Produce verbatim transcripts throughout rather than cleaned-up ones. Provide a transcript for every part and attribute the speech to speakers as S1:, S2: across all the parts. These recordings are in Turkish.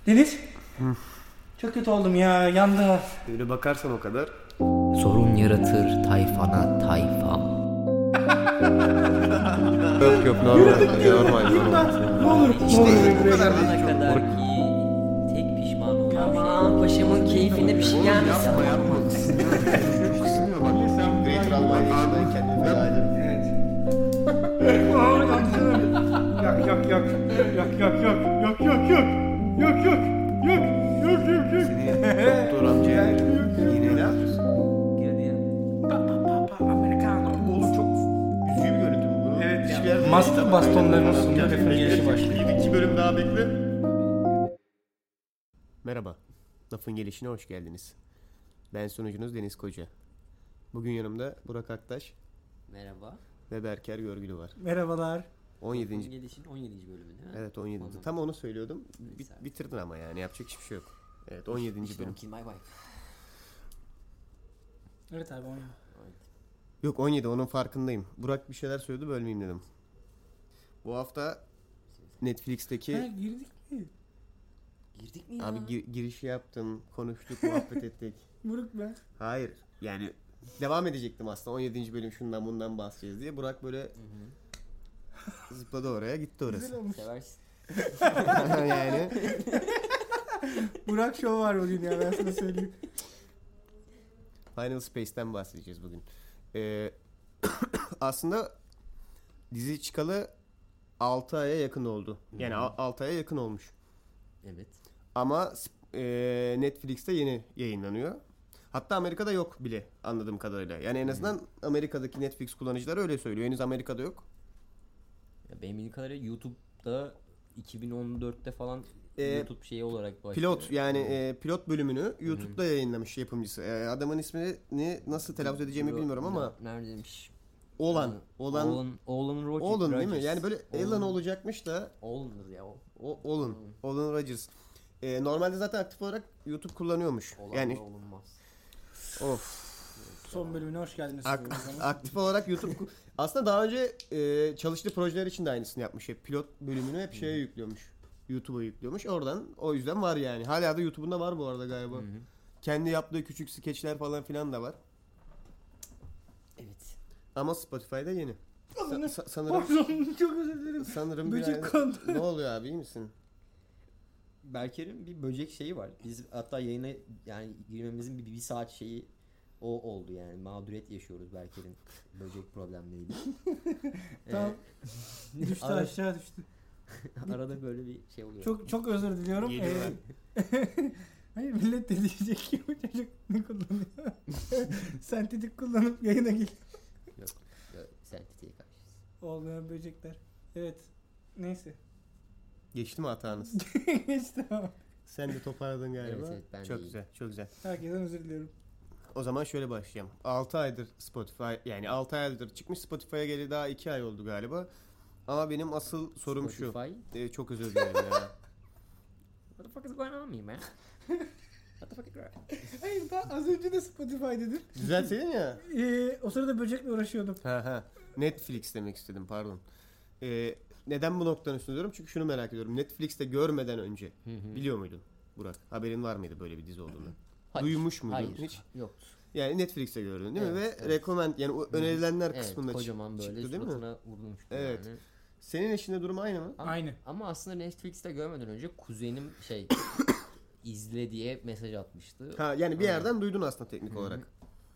S1: Deniz. Çok kötü oldum ya. Yandı.
S2: Öyle bakarsan o kadar.
S3: Sorun yaratır tayfana tayfam.
S2: Yok yok normal. normal.
S1: Lütfen. Ne olur.
S3: İşte
S1: ne olur.
S3: bu kadar ana kadar ki tek pişman olmam. Aman başımın keyfine bir şey gelmesin.
S2: Yapma yapma. Çok kısmıyor bak. Sen Greater Almanya'da kendini feda edin.
S1: Evet. Aa, yandı. Yak yak yak. Yak yak yak. Yak yak yak. Yak yak. Yak. Yak yak yak.
S2: Seni doktor amcaya yine ne yapıyorsun?
S3: Girdi ya.
S1: Pa pa pa pa Americano.
S2: Oğlum çok üzücü bir görüntü bu.
S1: Evet
S2: Hiçbir
S1: ya.
S2: yerde
S1: Master
S2: değil.
S1: bastonlarının sunduğu
S2: Gel,
S1: lafın
S2: gel,
S1: gelişi
S2: gel.
S1: başlıyor.
S2: Bir iki bölüm daha bekle. Merhaba. Lafın gelişine hoş geldiniz. Ben sunucunuz Deniz Koca. Bugün yanımda Burak Aktaş
S3: Merhaba.
S2: ve Berker Görgülü var.
S1: Merhabalar.
S2: on yedinci
S3: Gelişin on yedinci bölümü değil mi?
S2: Evet on yedinci
S3: Tamam.
S2: Tam onu söylüyordum. Bit-
S3: Güzel.
S2: bitirdin ama yani yapacak hiçbir şey yok. Evet on yedinci
S3: İşte
S2: bölüm.
S3: Kill My Wife.
S1: Evet abi oyna.
S2: Yok on yedi onun farkındayım. Burak bir şeyler söyledi bölmeyeyim dedim. Bu hafta Netflix'teki
S1: Ha, girdik mi?
S3: Girdik mi ya?
S2: abi gir- girişi yaptım, konuştuk, muhabbet ettik.
S1: Buruk be.
S2: Hayır yani devam edecektim aslında on yedinci bölüm şundan bundan bahsedeceğiz diye. Burak böyle
S3: Hı-hı.
S2: zıpladı oraya gitti orası.
S1: Güzel olmuş.
S3: Seversin.
S2: Yani
S1: Burak Show var bugün ya, ben sana söyleyeyim.
S2: Final Space'ten bahsedeceğiz bugün. Ee, aslında dizi çıkalı altı aya yakın oldu. Yani
S3: Hı hı.
S2: altı aya yakın olmuş.
S3: Evet.
S2: Ama e, Netflix'te yeni yayınlanıyor. Hatta Amerika'da yok bile anladığım kadarıyla. Yani en azından Amerika'daki Netflix kullanıcıları öyle söylüyor. Henüz Amerika'da yok.
S3: Ya benim bildiğim kadarıyla YouTube'da iki bin on dörtte falan
S2: Ee,
S3: YouTube şeyi olarak başlıyor.
S2: Pilot yani e, pilot bölümünü YouTube'da yayınlamış yapımcısı. E, adamın ismini nasıl telaffuz edeceğimi bilmiyorum ama
S3: neredeymiş?
S2: Olan, olan,
S3: Olan, Olan Rogers.
S2: Olan değil mi? Yani böyle Alan
S3: Olan-
S2: olacakmış da
S3: Olan'dır ya o.
S2: o Olan,
S3: Hmm.
S2: Olan Rogers. E, normalde zaten aktif olarak YouTube kullanıyormuş.
S3: Olan
S2: yani
S3: da olunmaz.
S2: of.
S1: Son bölümüne hoş geldiniz.
S2: Ak- aktif olarak YouTube ku- aslında daha önce e, çalıştığı projeler için de aynısını yapmış. Hep pilot bölümünü hep şeye yüklüyormuş. YouTube'a yüklüyormuş. Oradan o yüzden var yani. Hala da YouTube'unda var bu arada galiba.
S3: Hı hı.
S2: Kendi yaptığı küçük skeçler falan filan da var.
S3: Evet.
S2: Ama Spotify'da yeni. Sa- sa- sanırım
S1: Pardon, çok özür dilerim.
S2: sanırım
S1: Böcek
S2: bir ay-
S1: kondu.
S2: Ne oluyor abi, iyi misin?
S3: Berker'in bir böcek şeyi var. Biz hatta yayına yani girmemizin bir, bir saat şeyi o oldu yani. Mağduriyet yaşıyoruz Berker'in böcek problemleriyle.
S1: Tamam. Düştü
S3: Ara-
S1: aşağı düştü.
S3: Arada böyle bir şey oluyor.
S1: Çok çok özür diliyorum.
S2: Geliyorlar.
S1: Ee, Hayır, millet de diyecek ki bu çocuk ne kullanıyor? Sentetik kullanıp yayına geliyor.
S3: Yok. Yok, sentetiğe karşıyız.
S1: Olmayan böcekler. Evet. Neyse.
S2: Geçti mi hatanız?
S1: işte tamam.
S2: Sen de toparladın galiba.
S3: Evet, evet, ben de
S2: çok
S3: iyiyim.
S2: güzel, çok güzel.
S1: Herkesten özür diliyorum.
S2: O zaman şöyle başlayacağım. altı aydır Spotify, yani altı aydır çıkmış, Spotify'a geleli daha iki ay oldu galiba. Ama benim asıl sorum
S3: Spotify.
S2: şu. Ee, çok özür dilerim ya.
S3: What the fuck is going on me man? What the fuck is going on?
S1: Hayır, daha az önce de Spotify dedin.
S2: Düzeltseydin ya.
S1: Ee, o sırada böcekle uğraşıyordum.
S2: Ha ha. Netflix demek istedim, pardon. Ee, neden bu noktanın üstüne diyorum? Çünkü şunu merak ediyorum. Netflix'te görmeden önce
S3: Hı hı.
S2: biliyor muydun Burak? Haberin var mıydı böyle bir dizi olduğunu?
S3: Hayır.
S2: Duymuş muydun
S3: Hayır.
S2: hiç?
S3: Yoktu.
S2: Yani Netflix'te gördün değil mi? Ve
S3: Evet, evet.
S2: recommend, yani o önerilenler
S3: Evet,
S2: kısmında
S3: kocaman
S2: çık-
S3: böyle
S2: çıktı değil mi?
S3: suratına vurulmuştu
S2: Evet.
S3: yani.
S2: Senin eşinde durum aynı mı?
S3: Ama,
S1: Aynı.
S3: Ama aslında Netflix'te görmeden önce kuzenim şey izle diye mesaj atmıştı.
S2: Ha, yani bir
S3: Ha.
S2: yerden duydun aslında teknik
S3: Hı hı.
S2: olarak.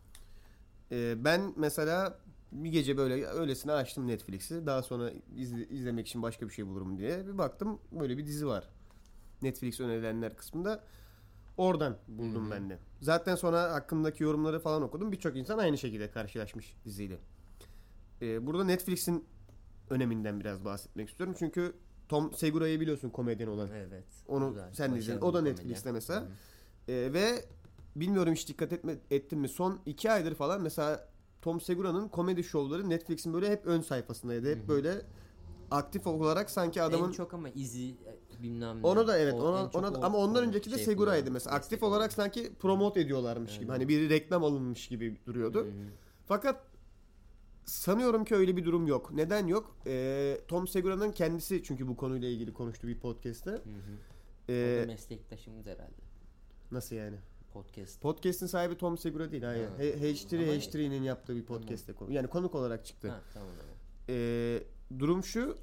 S2: Ee, ben mesela bir gece böyle öylesine açtım Netflix'i. Daha sonra izle- izlemek için başka bir şey bulurum diye. Bir baktım böyle bir dizi var. Netflix önerilenler kısmında. Oradan buldum
S3: Hı hı.
S2: ben de. Zaten sonra hakkındaki yorumları falan okudum. Birçok insan aynı şekilde karşılaşmış diziyle. Ee, burada Netflix'in öneminden biraz bahsetmek istiyorum. Çünkü Tom Segura'yı biliyorsun, komedyen olan.
S3: Evet.
S2: Onu
S3: güzel,
S2: sen de izledin.
S3: başarılı
S2: O da
S3: bir
S2: Netflix'te
S3: komedyen.
S2: mesela.
S3: Hı hı.
S2: Ee, ve bilmiyorum hiç dikkat etme, ettin mi? Son iki aydır falan mesela Tom Segura'nın komedi şovları Netflix'in böyle hep ön sayfasındaydı. Hep
S3: Hı hı.
S2: böyle aktif olarak sanki adamın...
S3: En çok ama izi e, bilmem ne.
S2: Onu da evet.
S3: O
S2: Ona,
S3: en çok
S2: ona,
S3: o-
S2: ama ondan
S3: o
S2: önceki de
S3: şey
S2: Segura'ydı
S3: yapıyor,
S2: mesela. Aktif
S3: destek
S2: olarak
S3: oluyor.
S2: sanki promote ediyorlarmış gibi.
S3: Aynen.
S2: Hani bir reklam alınmış gibi duruyordu.
S3: Hı hı.
S2: Fakat sanıyorum ki öyle bir durum yok. Neden yok? Ee, Tom Segura'nın kendisi çünkü bu konuyla ilgili konuştu bir podcast'te.
S3: Hı hı. O
S2: Ee,
S3: da meslektaşımız herhalde.
S2: nasıl yani?
S3: Podcast.
S2: Podcast'in sahibi Tom Segura değil. Hayır.
S3: Ha.
S2: H üç
S3: Ama-
S2: H üç'nin yaptığı bir podcast'te konu. Yani konuk olarak çıktı.
S3: Ha, tamam tamam.
S2: Ee, durum şu.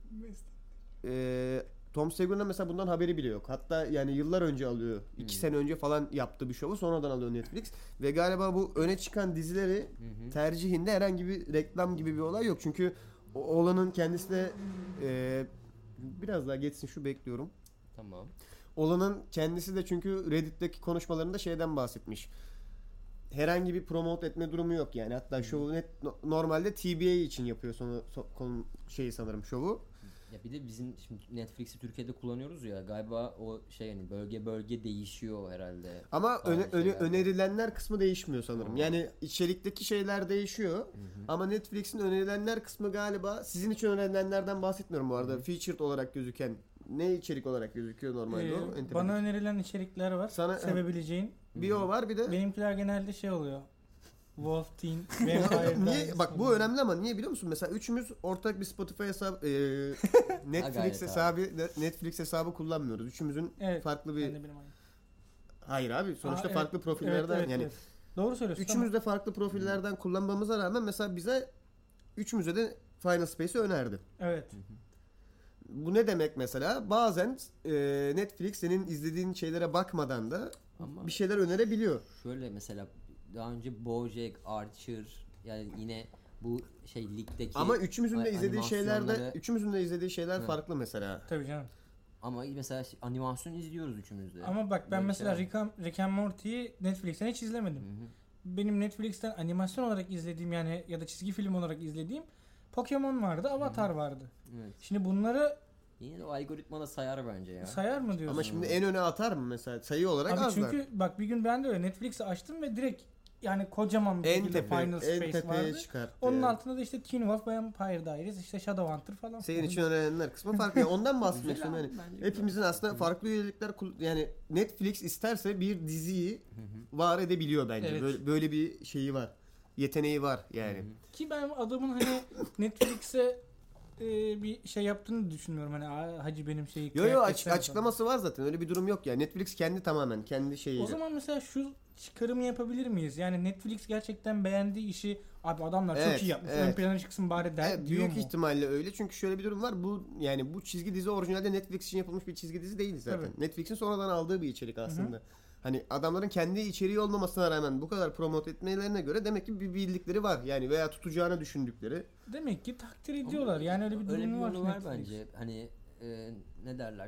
S2: E, Tom Segura'nın mesela bundan haberi bile yok. Hatta yani yıllar önce alıyor. iki
S3: Hmm.
S2: sene önce falan yaptığı bir şovu sonradan alıyor Netflix. Ve galiba bu öne çıkan dizileri
S3: Hı hı.
S2: tercihinde herhangi bir reklam gibi bir olay yok. Çünkü o oğlanın kendisi de e, biraz daha geçsin şu bekliyorum.
S3: Tamam.
S2: Olanın kendisi de çünkü Reddit'teki konuşmalarında şeyden bahsetmiş. Herhangi bir promote etme durumu yok yani. Hatta şovu net no- normalde T B A için yapıyor sonu so- konu şeyi sanırım şovu.
S3: Ya bir de bizim şimdi Netflix'i Türkiye'de kullanıyoruz ya, galiba o şey yani bölge bölge değişiyor herhalde.
S2: Ama
S3: Bazı
S2: öne- öne-
S3: şeyler.
S2: önerilenler kısmı değişmiyor sanırım.
S3: Aa.
S2: Yani içerikteki şeyler değişiyor.
S3: Hı hı.
S2: Ama Netflix'in önerilenler kısmı galiba sizin için önerilenlerden bahsetmiyorum bu arada. Featured olarak gözüken ne içerik olarak gözüküyor normalde
S4: Ee,
S2: o? Enteresan.
S4: bana önerilen içerikler var.
S2: Sana-
S4: sevebileceğin.
S2: Bir o var bir de.
S4: Benimkiler genelde şey oluyor. Wolf Teen, Vampire
S2: Niye?
S4: Diaries
S2: Bak bu
S4: oluyor.
S2: önemli ama niye biliyor musun? Mesela üçümüz ortak bir Spotify hesabı, e, Netflix
S3: gayret
S2: hesabı, Netflix hesabı kullanmıyoruz. Üçümüzün
S4: Evet,
S2: farklı bir.
S4: Ben de benim aynı.
S2: Hayır abi, sonuçta
S4: Aa,
S2: farklı
S4: evet,
S2: profillerden
S4: evet, evet,
S2: yani
S4: evet. Doğru söylüyorsun.
S2: üçümüz de farklı profillerden kullanmamıza rağmen mesela bize üçümüze de Final Space'i önerdi.
S4: Tamam. Evet.
S2: Bu ne demek mesela? Bazen e, Netflix senin izlediğin şeylere bakmadan da
S3: Ama
S2: bir şeyler önerebiliyor.
S3: şöyle mesela daha önce BoJack, Archer, yani yine bu şey ligdeki
S2: Ama üçümüzün de
S3: a-
S2: izlediği şeylerde,
S3: animasyonları-
S2: üçümüzün de izlediği şeyler
S3: Hı.
S2: farklı mesela.
S4: Tabii canım.
S3: ama mesela şey- animasyon izliyoruz üçümüz de.
S4: Ama bak ben
S3: Böyle
S4: mesela
S3: şeyler-
S4: Rick and, Rick and Morty'yi Netflix'ten hiç izlemedim.
S3: Hı hı.
S4: Benim Netflix'ten animasyon olarak izlediğim yani ya da çizgi film olarak izlediğim Pokemon vardı, Avatar vardı.
S3: Evet.
S4: Şimdi bunları
S3: Yine de o algoritma da sayar bence ya.
S4: sayar mı diyorsun?
S2: Ama şimdi en öne atar mı mesela? Sayı olarak
S4: Abi
S2: azlar.
S4: çünkü bak bir gün ben de öyle Netflix'i açtım ve direkt yani kocaman bir
S2: En
S4: şekilde
S2: tepe,
S4: Final
S2: en
S4: Space
S2: tepeye
S4: vardı.
S2: çıkarttı.
S4: Onun
S2: yani.
S4: altında da işte Teen Wolf, Vampire Diaries, işte Shadowhunter falan.
S2: Senin
S4: falan.
S2: için önerenler kısmı farklı. Yani ondan bahsetmek
S3: Güzel
S2: istiyorum.
S3: abi,
S2: Yani
S3: bence
S2: hepimizin
S3: güzel.
S2: aslında farklı üyelikler kul- yani Netflix isterse bir diziyi var edebiliyor bence.
S4: Evet.
S2: Böyle, böyle bir şeyi var. Yeteneği var yani.
S4: Ki ben adamın hani Netflix'e e, bir şey yaptığını düşünmüyorum. Hani "Aa, hacı benim şeyi
S2: Yo yo
S4: kıyak
S2: açık,
S4: etsene" falan.
S2: açıklaması var zaten. Öyle bir durum yok ya. Netflix kendi tamamen kendi şeyiyle.
S4: O zaman mesela şu çıkarımı yapabilir miyiz? Yani Netflix gerçekten beğendiği işi abi adamlar
S2: Evet,
S4: çok iyi yapmış.
S2: evet.
S4: Ön plana çıksın bari der
S2: Evet,
S4: diyor
S2: büyük
S4: mu?
S2: ihtimalle öyle. Çünkü şöyle bir durum var. Bu yani bu çizgi dizi orijinalde Netflix için yapılmış bir çizgi dizi değil zaten.
S4: Tabii.
S2: Netflix'in sonradan aldığı bir içerik aslında. Hani adamların kendi içeriği olmamasına rağmen bu kadar promote etmelerine göre demek ki bir bildikleri var. Yani veya tutacağını düşündükleri.
S4: Demek ki takdir ediyorlar. Yani öyle bir
S3: Öyle
S4: durum
S3: bir
S4: var.
S3: yolu var
S4: Netflix.
S3: bence. Hani e, ne derler?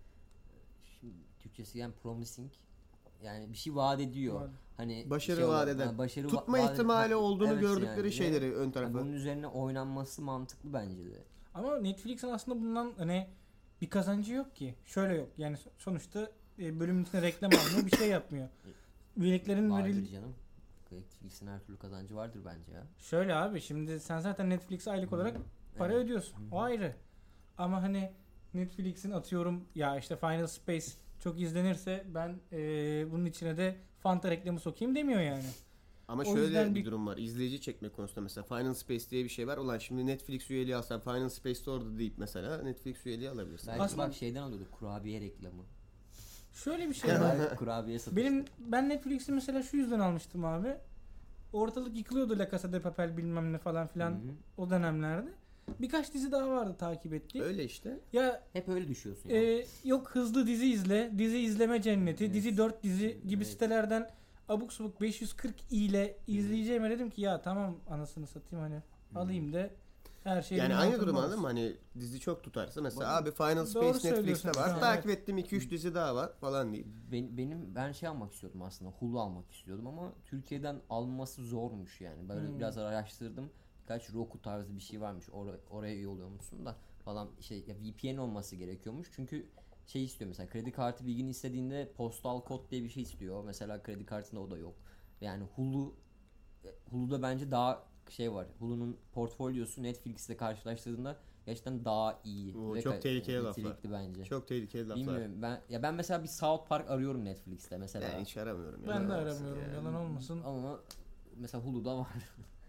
S3: Şimdi Türkçesi yani promising. Yani bir şey vaat ediyor.
S4: Vaat.
S3: Hani
S2: Başarı
S3: şey
S2: vaat
S3: olarak-
S2: eden.
S3: ha, başarı
S2: Tutma
S3: va- vaat-
S2: ihtimali
S3: ha,
S2: olduğunu
S3: evet
S2: gördükleri
S3: yani.
S2: şeyleri
S3: Ve-
S2: ön tarafa.
S3: Bunun üzerine oynanması mantıklı bence de.
S4: Ama Netflix'in aslında bundan hani bir kazancı yok ki. Şöyle yok. Yani so- sonuçta e, bölümün içinde reklam almıyor, bir şey yapmıyor. Üyeliklerin
S3: Vardır
S4: veril
S3: canım. Netflix'in her türlü kazancı vardır bence ya.
S4: Şöyle abi şimdi sen zaten Netflix'e aylık olarak para
S3: Evet.
S4: ödüyorsun. O ayrı. Ama hani Netflix'in atıyorum ya işte Final Space çok izlenirse ben e, bunun içine de Fanta reklamı sokayım demiyor yani.
S2: Ama
S4: O
S2: şöyle
S4: yüzden
S2: bir
S4: bir-
S2: durum var. İzleyici çekme konusunda mesela Final Space diye bir şey var. Ulan şimdi Netflix üyeliği alsan Final Space'te orada deyip mesela Netflix üyeliği alabilirsin.
S3: Belki
S4: Aslında-
S3: bak şeyden alıyorduk, kurabiye reklamı.
S4: Şöyle bir şey var.
S3: Belki kurabiye satıştı.
S4: Benim ben Netflix'i mesela şu yüzden almıştım abi. Ortalık yıkılıyordu La Casa de Papel bilmem ne falan filan
S3: Hı hı.
S4: o dönemlerde. Birkaç dizi daha vardı takip ettiğim.
S2: Öyle işte.
S4: Ya
S3: Hep öyle düşüyorsun ya.
S4: e, yok hızlı dizi izle, dizi izleme cenneti,
S3: Evet.
S4: dizi dört dizi gibi
S3: Evet.
S4: sitelerden abuk subuk beş yüz kırk ile izleyeceğime dedim ki ya tamam anasını satayım hani alayım da her şey
S2: Yani
S4: benim
S2: aynı
S4: altımda
S2: durum
S4: olsun.
S2: anladın mı? Hani dizi çok tutarsa mesela
S3: Bak-
S2: abi Final
S4: Doğru
S2: Space Netflix'te
S4: söylüyorsun.
S2: var.
S4: Evet.
S2: Takip ettiğim iki üç dizi daha var falan deyip.
S3: Ben, benim ben şey almak istiyordum aslında, Hulu almak istiyordum ama Türkiye'den alması zormuş yani. Böyle
S4: Hmm.
S3: biraz araştırdım. Birkaç Roku tarzı bir şey varmış. Oraya, oraya üye oluyormuşsun da falan şey ya V P N olması gerekiyormuş. Çünkü şey istiyor mesela, kredi kartı bilgini istediğinde postal kod diye bir şey istiyor. Mesela kredi kartında o da yok. Yani Hulu e, Hulu'da bence daha şey var. Hulu'nun portfolyosu Netflix'le karşılaştırdığında gerçekten daha iyi.
S2: Oo,
S3: ve
S2: çok
S3: ka-
S2: tehlikeli laflar.
S3: nitelikli bence.
S2: Çok tehlikeli laflar.
S3: Bilmiyorum ben ya ben mesela bir South Park arıyorum Netflix'te mesela.
S2: Ben hiç aramıyorum.
S4: Ben
S2: yalan
S4: de
S2: olmasın
S4: aramıyorum
S2: yani.
S4: yalan olmasın.
S3: Ama mesela Hulu'da var.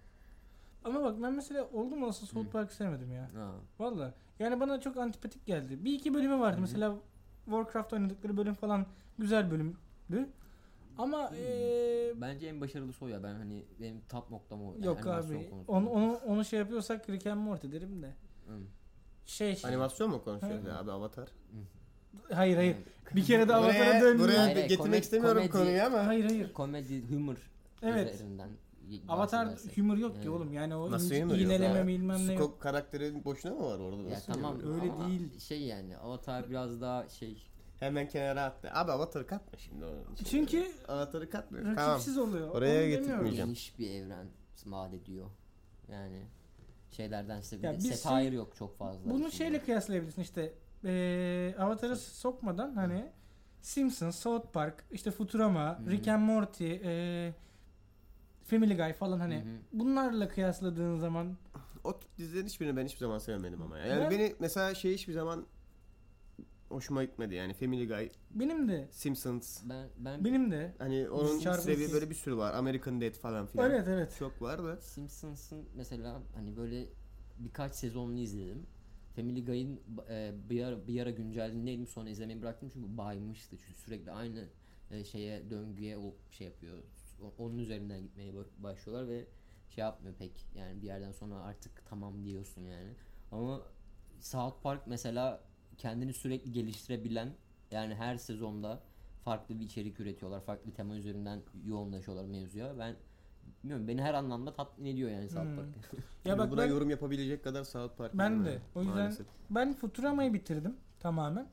S4: Ama bak ben mesela oldu mu olsa South Park'ı sevmedim ya.
S3: Ha.
S4: Valla. Yani bana çok antipatik geldi. Bir iki bölümü vardı.
S3: Hı hı.
S4: Mesela Warcraft oynadıkları bölüm falan güzel bölümdü. Ama eee,
S3: Bence en başarılısı o ya. Ben hani benim top noktam o. Yani
S4: yok
S3: animasyon
S4: abi.
S3: konusunda.
S4: Onu, onu onu şey yapıyorsak Rick and Morty derim de.
S3: Hı.
S4: Şey, şey.
S2: Animasyon mu konuşuyoruz
S4: Hı.
S2: ya abi, Avatar?
S4: Hayır hayır.
S3: Yani
S4: Bir kere de Avatar'a
S2: Buraya,
S4: dönmüyor.
S2: buraya
S3: Hayır, hayır,
S2: getirmek
S3: komedi-
S2: istemiyorum
S3: komedi-
S2: konuyu ama.
S4: Hayır hayır.
S3: Komedi, humor
S4: Evet.
S3: üzerinden y-
S4: Avatar
S3: bahsedersek.
S4: humor yok ki
S3: Evet.
S4: oğlum. Yani o
S2: Nasıl
S4: ince-
S2: humor yok
S4: iğneleme
S2: ya?
S4: bilmem ne yok.
S2: Skok karakteri boşuna mı var orada?
S3: Ya
S2: Nasıl
S3: tamam
S2: humor yok?
S4: Öyle
S3: ama
S4: değil.
S3: şey yani Avatar biraz daha şey
S2: Hemen kenara attı. Abi Avatar'ı katma şimdi onun için.
S4: Çünkü
S2: Avatar'ı katmıyor. Tamam.
S4: rakipsiz oluyor.
S2: Oraya
S4: Onu
S2: getirmeyeceğim.
S4: demiyorum.
S3: geniş bir evren vaat ediyor. Yani şeylerden size bir
S4: Ya
S3: de
S4: biz
S3: satire
S4: şey-
S3: yok çok fazla.
S4: Bunu
S3: içinde.
S4: şeyle kıyaslayabilirsin işte. Eee Avatar'ı sokmadan hani Simpsons, South Park, işte Futurama,
S3: Hı hı.
S4: Rick and Morty, eee, Family Guy falan hani
S3: Hı hı.
S4: bunlarla kıyasladığın zaman
S2: O tip dizilerin hiçbirini ben hiçbir zaman sevmedim ama. ya. Yani
S4: Ben-
S2: beni mesela şey hiçbir zaman hoşuma gitmedi yani. Family Guy,
S4: benim de
S2: Simpsons.
S3: Ben ben
S4: benim de
S2: Hani onun
S4: Çarpı
S2: sebebi
S4: siz-
S2: böyle bir sürü var. American Dad falan filan.
S4: evet evet.
S2: Çok var da.
S3: Simpsons'ın mesela hani böyle birkaç sezonunu izledim. Family Guy'ın e, bir ara bir ara güncelliğindeydim, sonra izlemeyi bıraktım çünkü baymıştı. Çünkü sürekli aynı e, şeye, döngüye o şey yapıyor. O- Onun üzerinden gitmeye ba- başlıyorlar ve şey yapmıyor pek. Yani bir yerden sonra artık tamam diyorsun yani. Ama South Park mesela kendini sürekli geliştirebilen, yani her sezonda farklı bir içerik üretiyorlar. Farklı bir tema üzerinden yoğunlaşıyorlar mevzuya. Ben bilmiyorum, beni her anlamda tatmin ediyor yani South
S4: Hmm.
S3: Park.
S4: Ya bak
S2: buna
S4: ben,
S2: yorum yapabilecek kadar South Park.
S4: ben
S2: izlemedim
S4: de o yüzden
S2: maalesef.
S4: ben Futurama'yı bitirdim tamamen.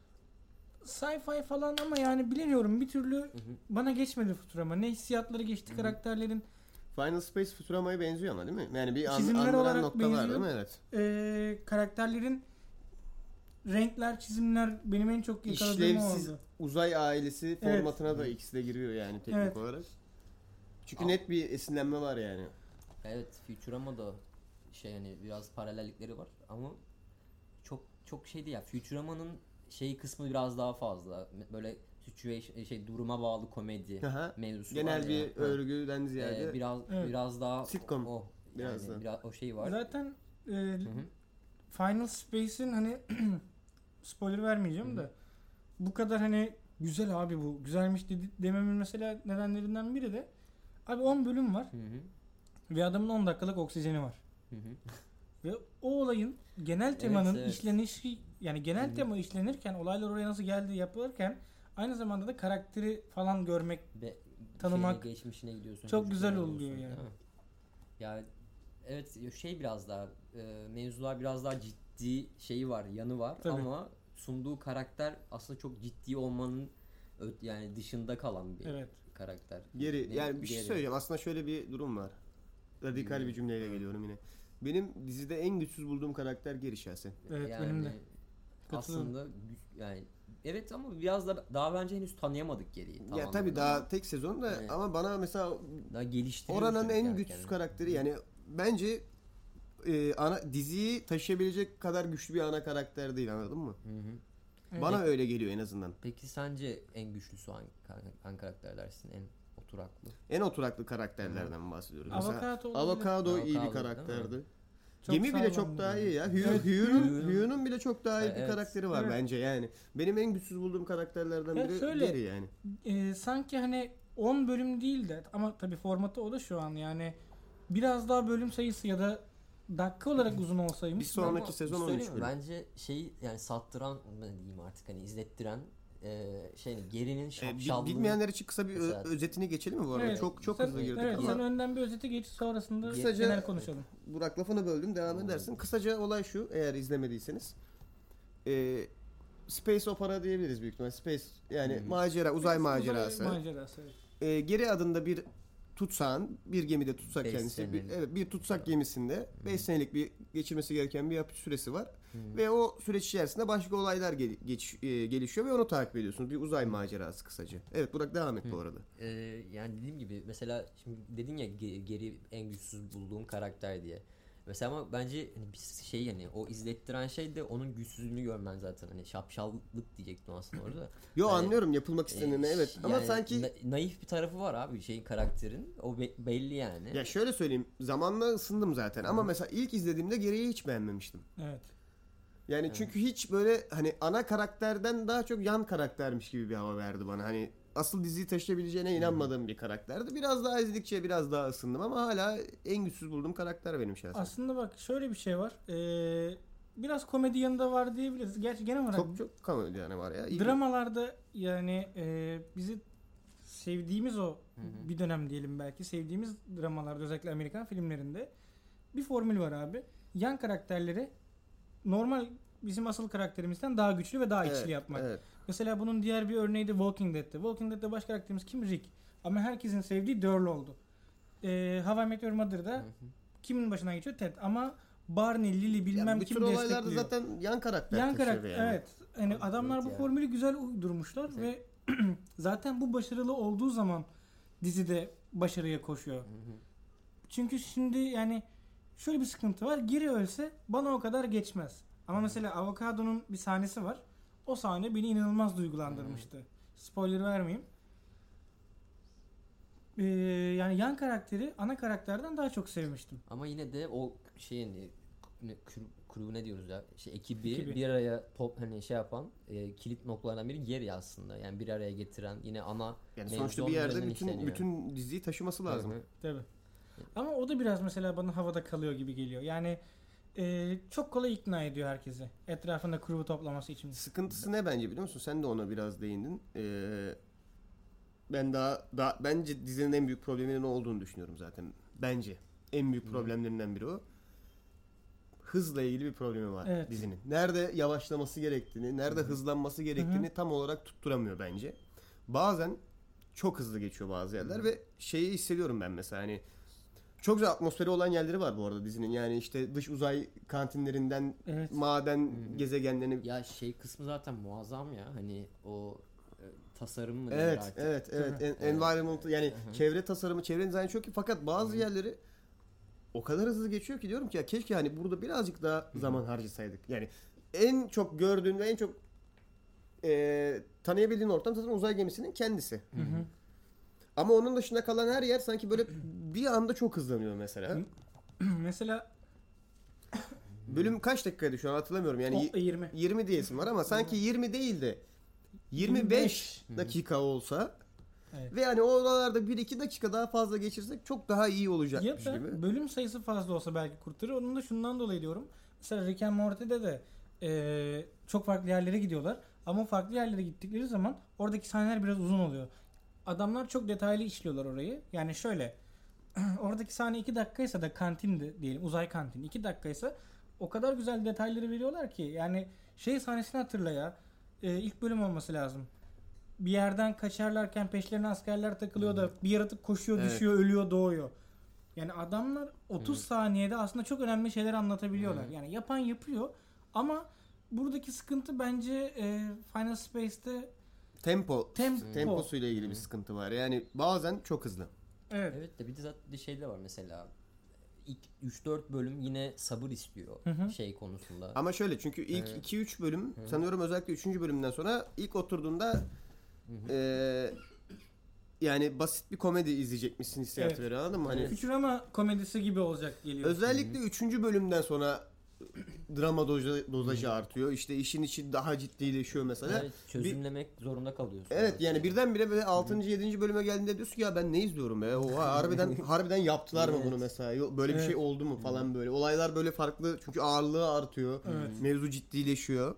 S4: Sci-fi falan ama yani bilemiyorum bir türlü
S3: Hı hı.
S4: bana geçmedi Futurama. Ne hissiyatları geçti
S2: Hı.
S4: karakterlerin.
S2: Final Space Futurama'ya benziyor ama değil mi? Yani bir an,
S4: Çizimler
S2: andıran
S4: olarak
S2: nokta var
S4: benziyor.
S2: değil mi? Evet.
S4: Eee karakterlerin renkler, çizimler benim en çok yakaladığım o
S2: İşlevsiz
S4: oldu.
S2: uzay ailesi
S4: Evet.
S2: formatına da ikisi de giriyor yani teknik
S4: Evet.
S2: olarak. Çünkü
S3: Al.
S2: net bir esinlenme var yani.
S3: Evet, Futurama'da şey hani biraz paralellikleri var ama çok çok şey değil ya. Futurama'nın şey kısmı biraz daha fazla. Böyle situation şey duruma bağlı komedi
S2: Aha.
S3: mevzusu
S2: Genel
S3: var
S2: bir
S3: ya. Ha.
S2: örgüden ziyade
S3: Ee, biraz
S4: Evet.
S3: biraz daha
S2: Sitcom.
S3: o
S2: Biraz
S3: yani
S2: da.
S3: biraz o şey var.
S4: Zaten e,
S3: Hı hı.
S4: Final Space'in hani spoiler vermeyeceğim
S3: Hı.
S4: da bu kadar hani güzel abi bu güzelmiş dedi, dememin mesela nedenlerinden biri de abi on bölüm var
S3: Hı hı.
S4: ve adamın on dakikalık oksijeni var.
S3: Hı hı.
S4: Ve o olayın genel temanın
S3: evet.
S4: işlenişi yani genel
S3: Hı hı.
S4: tema işlenirken olaylar oraya nasıl geldi yapılırken aynı zamanda da karakteri falan görmek
S3: Be-
S4: Tanımak
S3: şeyine, geçmişine gidiyorsun.
S4: çok güzel
S3: çocukluğuna
S4: oluyor
S3: gidiyorsun,
S4: yani.
S3: değil mi? Ya evet, şey biraz daha e, mevzular biraz daha ciddi şeyi var, yanı var
S4: Tabii.
S3: ama sunduğu karakter aslında çok ciddi olmanın ö- yani dışında kalan bir
S4: evet.
S3: karakter.
S2: Geri
S3: Ne-
S2: yani bir şey
S3: geri.
S2: söyleyeceğim. Aslında şöyle bir durum var. Radikal
S3: Hı.
S2: bir cümleyle geliyorum yine. Benim dizide en güçsüz bulduğum karakter Geri şahsen.
S4: Evet,
S3: yani
S4: benim de.
S3: aslında gü- yani evet ama biraz da daha bence henüz tanıyamadık geriyi. tam
S2: Ya tabii
S3: anlamda.
S2: daha tek sezon da
S3: Evet.
S2: ama bana mesela
S3: daha geliştiriyoruz
S2: oranın
S3: tabii
S2: en
S3: yani
S2: güçsüz
S3: kendini.
S2: karakteri yani bence e, ana diziyi taşıyabilecek kadar güçlü bir ana karakter değil, anladın mı?
S3: Hı hı.
S4: Evet.
S2: Bana öyle geliyor en azından.
S3: Peki sence en güçlüsü hangi, hangi karakter dersin? En oturaklı?
S2: En oturaklı karakterlerden bahsediyorum. Mesela
S4: Avokado olabilir.
S2: Avokado iyi bir
S3: Avokado, değil
S2: karakterdi.
S4: Çok
S2: Gemi bile
S4: sağlam
S2: çok
S4: bir
S2: daha
S4: adam.
S2: iyi ya. Hugh,
S4: Evet,
S2: Hugh'un,
S3: Hugh'un-
S2: Hugh'un bile çok daha iyi bir
S3: Evet.
S2: karakteri var
S4: Evet.
S2: bence yani. Benim en güçsüz bulduğum karakterlerden
S4: Ya
S2: biri
S4: şöyle-
S2: Geri yani.
S4: Ee, sanki hani on bölüm değil de ama tabii formatı o da şu an yani biraz daha bölüm sayısı ya da dakika olarak uzun olsaymış.
S2: Bir sonraki
S3: Ama
S2: sezon
S3: bir
S2: on
S3: söyleyeyim
S2: üç
S3: mi?
S2: bölüm.
S3: Bence şeyi yani sattıran ne diyeyim artık hani izlettiren e, şey Geri'nin
S2: Ee, bi-
S3: şapşallığını
S2: bilmeyenler için kısa bir ö-
S3: Mesela-
S2: özetini geçelim mi bu arada?
S4: Evet,
S2: çok çok
S4: sen-
S2: hızlı girdik
S4: Evet,
S2: ama.
S4: sen önden bir özeti geç sonrasında
S2: Kısaca-
S4: genel konuşalım.
S2: Burak lafını böldüm, devam edersin. Kısaca olay şu, eğer izlemediyseniz. Ee, Space Opera diyebiliriz büyük ihtimalle. Space yani
S3: Hmm.
S2: macera, uzay macerası.
S4: Uzay macerası. Evet.
S2: Ee, Geri adında bir tutsağın, bir gemide tutsak
S3: Beş
S2: kendisi. Bir,
S3: senelik.
S2: evet, bir tutsak gemisinde beş senelik bir geçirmesi gereken bir hapis süresi var.
S3: Hı.
S2: Ve o süreç içerisinde başka olaylar gel- geç- e, gelişiyor ve onu takip ediyorsunuz. Bir uzay macerası kısaca. Evet Burak devam et bu arada.
S3: E, yani dediğim gibi mesela şimdi dedin ya Ge- Geri en güçsüz bulduğum karakter diye. Mesela ama bence hani bir şey yani o izlettiren şey de onun güçsüzlüğünü görmen zaten hani şapşallık diyecektim aslında orada.
S2: Yo
S3: Yani,
S2: anlıyorum yapılmak isteneni,
S3: Ee,
S2: evet ama
S3: yani
S2: sanki
S3: na- naif bir tarafı var abi şeyin karakterin. O be- belli yani.
S2: ya şöyle söyleyeyim, zamanla ısındım zaten ama mesela ilk izlediğimde Geri'yi hiç beğenmemiştim.
S4: Evet.
S2: Yani
S3: Evet.
S2: çünkü hiç böyle hani ana karakterden daha çok yan karaktermiş gibi bir hava verdi bana. Hani asıl diziyi taşıyabileceğine inanmadığım bir karakterdi. Biraz daha izledikçe biraz daha ısındım ama hala en güçsüz bulduğum karakter benim şahsen.
S4: Aslında bak şöyle bir şey var. Ee, biraz komedi yanında var diyebiliriz. Gerçi genel olarak
S2: Çok çok komedi yani var ya. İyi.
S4: dramalarda yani e, bizi sevdiğimiz o
S3: Hı hı.
S4: bir dönem diyelim belki sevdiğimiz dramalarda özellikle Amerikan filmlerinde bir formül var abi. Yan karakterleri normal bizim asıl karakterimizden daha güçlü ve daha
S2: Evet,
S4: içli yapmak.
S2: evet.
S4: Mesela bunun diğer bir örneği de Walking Dead'te. Walking Dead'te baş karakterimiz kim? Rick. Ama herkesin sevdiği Daryl oldu. Ee, How I Met Your Mother'da
S3: Hı hı.
S4: kimin başına geçiyor? Ted. Ama Barney, Lily
S2: Ya
S4: bilmem
S2: bu
S4: kim
S2: tür olaylarda
S4: destekliyor.
S2: zaten yan karakter
S4: Yan
S2: taşıyor
S4: karakter
S2: yani.
S4: evet. Yani
S3: Evet
S4: adamlar bu
S3: ya.
S4: formülü güzel uydurmuşlar
S3: Güzel.
S4: ve zaten bu başarılı olduğu zaman dizide başarıya koşuyor.
S3: Hı hı.
S4: Çünkü şimdi yani şöyle bir sıkıntı var. Geri ölse bana o kadar geçmez. Ama mesela Avocado'nun bir sahnesi var. O sahne beni inanılmaz duygulandırmıştı. Spoiler vermeyeyim. Ee, yani yan karakteri ana karakterden daha çok sevmiştim.
S3: Ama yine de o şeyin e, ne, kru, crew ne diyoruz ya şey ekibi,
S4: Ekibi.
S3: bir araya top hani şey yapan e, kilit noktalardan biri Geri aslında. Yani bir araya getiren yine ana
S2: Yani
S3: mevzu
S2: sonuçta bir
S3: onun
S2: yerde
S3: üzerinden
S2: bütün
S3: işleniyor.
S2: bütün diziyi taşıması lazım.
S3: Hı hı.
S4: Tabii. Ama o da biraz mesela bana havada kalıyor gibi geliyor. Yani e, çok kolay ikna ediyor herkesi. Etrafında crew toplaması için.
S2: Sıkıntısı ne bence biliyor musun? Sen de ona biraz değindin. Ee, ben daha, daha bence dizinin en büyük probleminin ne olduğunu düşünüyorum zaten. Bence en büyük problemlerinden biri o. Hızla ilgili bir problemi var
S4: Evet.
S2: dizinin. Nerede yavaşlaması gerektiğini, nerede hızlanması gerektiğini
S4: Hı
S2: tam olarak tutturamıyor bence. Bazen çok hızlı geçiyor bazı yerler ve şeyi hissediyorum ben mesela hani çok güzel atmosferi olan yerleri var bu arada dizinin. Yani işte dış uzay kantinlerinden
S4: Evet.
S2: maden gezegenlerini.
S3: Ya şey kısmı zaten muazzam ya. Hani o e, tasarım mı denir
S2: Evet,
S3: artık?
S2: evet, evet.
S4: Tabii.
S2: En,
S3: Evet.
S2: environmental yani
S3: Hı hı.
S2: çevre tasarımı, çevre dizaynı çok iyi fakat bazı yerleri o kadar hızlı geçiyor ki diyorum ki ya keşke hani burada birazcık daha zaman harcasaydık. Yani en çok gördüğün ve en çok e, tanıyabildiğin ortam zaten uzay gemisinin kendisi.
S4: Hı hı.
S2: Ama onun dışında kalan her yer sanki böyle bir anda çok hızlanıyor mesela.
S4: Mesela
S2: Bölüm kaç dakikaydı şu an hatırlamıyorum. Yani
S4: o yirmi.
S2: yirmi diyesim var ama sanki yirmi değil de yirmi beş dakika olsa
S4: Evet.
S2: ve hani oralarda bir iki dakika daha fazla geçirsek çok daha iyi
S4: Ya
S2: olacakmış
S4: da
S2: gibi.
S4: bölüm sayısı fazla olsa belki kurtarır. Onun da şundan dolayı diyorum. Mesela Rick and Morty'de de eee, çok farklı yerlere gidiyorlar. Ama farklı yerlere gittikleri zaman oradaki sahneler biraz uzun oluyor. Adamlar çok detaylı işliyorlar orayı. Yani şöyle oradaki sahne iki dakikaysa da kantindi diyelim uzay kantini iki dakikaysa o kadar güzel detayları veriyorlar ki yani şey sahnesini hatırla ya Ee, ilk bölüm olması lazım. Bir yerden kaçarlarken peşlerine askerler takılıyor da bir yaratık koşuyor,
S2: Evet.
S4: düşüyor, ölüyor, doğuyor. Yani adamlar otuz saniyede aslında çok önemli şeyler anlatabiliyorlar. Yani yapan yapıyor ama buradaki sıkıntı bence e, Final Space'te
S2: Tempo,
S4: tempo.
S2: temposuyla ilgili bir sıkıntı var. Yani bazen çok hızlı.
S4: Evet.
S3: Evet de bir de zaten bir şey de var mesela. İlk üç dört bölüm yine sabır istiyor
S4: Hı hı.
S3: şey konusunda.
S2: Ama şöyle çünkü ilk
S3: Evet.
S2: iki üç bölüm sanıyorum özellikle üçüncü bölümden sonra ilk oturduğunda eee, yani basit bir komedi izleyecekmişsin hissiyatı
S4: Evet.
S2: veriyor anladın mı? Hani
S4: Futurama komedisi gibi olacak geliyor.
S2: özellikle üçüncü bölümden sonra drama doza- dozajı artıyor. İşte işin içi daha ciddileşiyor mesela.
S3: Evet, çözümlemek zorunda kalıyorsun.
S2: Evet yani birdenbire böyle altıncı yedinci bölüme geldiğinde diyorsun ki ya ben ne izliyorum be? Oha harbiden harbiden yaptılar mı
S3: Evet.
S2: bunu mesela? Yok, böyle bir
S4: Evet.
S2: şey oldu mu falan böyle. Olaylar böyle farklı çünkü ağırlığı artıyor.
S4: Evet.
S2: Mevzu ciddileşiyor.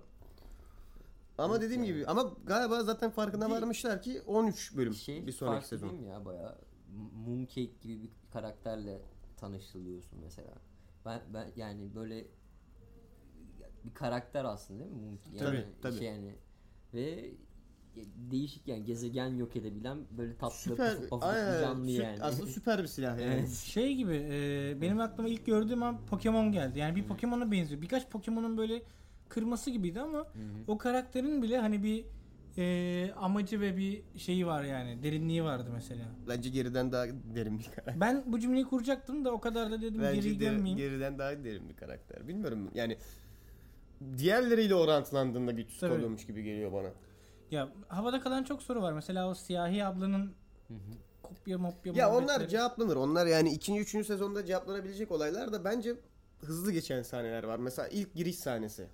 S2: Ama dediğim gibi ama galiba zaten farkına
S3: Bir-
S2: varmışlar ki on üç bölüm
S3: bir şey
S2: bir sonraki
S3: farklı
S2: sezon.
S3: değil mi ya bayağı Mooncake gibi bir karakterle tanıştırılıyorsun mesela. Ben ben yani böyle bir karakter aslında değil mi Mooncake?
S2: Tabii,
S3: Yani
S2: tabii.
S3: Şey yani ve değişik yani gezegen yok edebilen böyle tatlı
S2: Süper,
S3: pufuk pufuk
S2: aynen,
S3: bir canlı
S2: sü-
S3: yani.
S2: aslında süper bir silah yani.
S3: Evet.
S4: Şey gibi e, benim aklıma ilk gördüğüm an Pokemon geldi. Yani bir Pokemon'a benziyor. Birkaç Pokemon'un böyle kırması gibiydi ama o karakterin bile hani bir e, amacı ve bir şeyi var yani. Derinliği vardı mesela.
S2: Bence geriden daha derin bir karakter.
S4: Ben bu cümleyi kuracaktım da o kadar da dedim geri
S2: Bence de,
S4: gömmeyeyim.
S2: geriden daha derin bir karakter. Bilmiyorum yani diğerleriyle orantılandığında güçsüz
S4: Tabii.
S2: kalıyormuş gibi geliyor bana.
S4: Ya havada kalan çok soru var. Mesela o siyahi ablanın kopya mopya
S2: Ya onlar
S4: muhabbetleri.
S2: cevaplanır. Onlar yani ikinci üçüncü sezonda cevaplanabilecek olaylar da bence hızlı geçen sahneler var. Mesela ilk giriş sahnesi.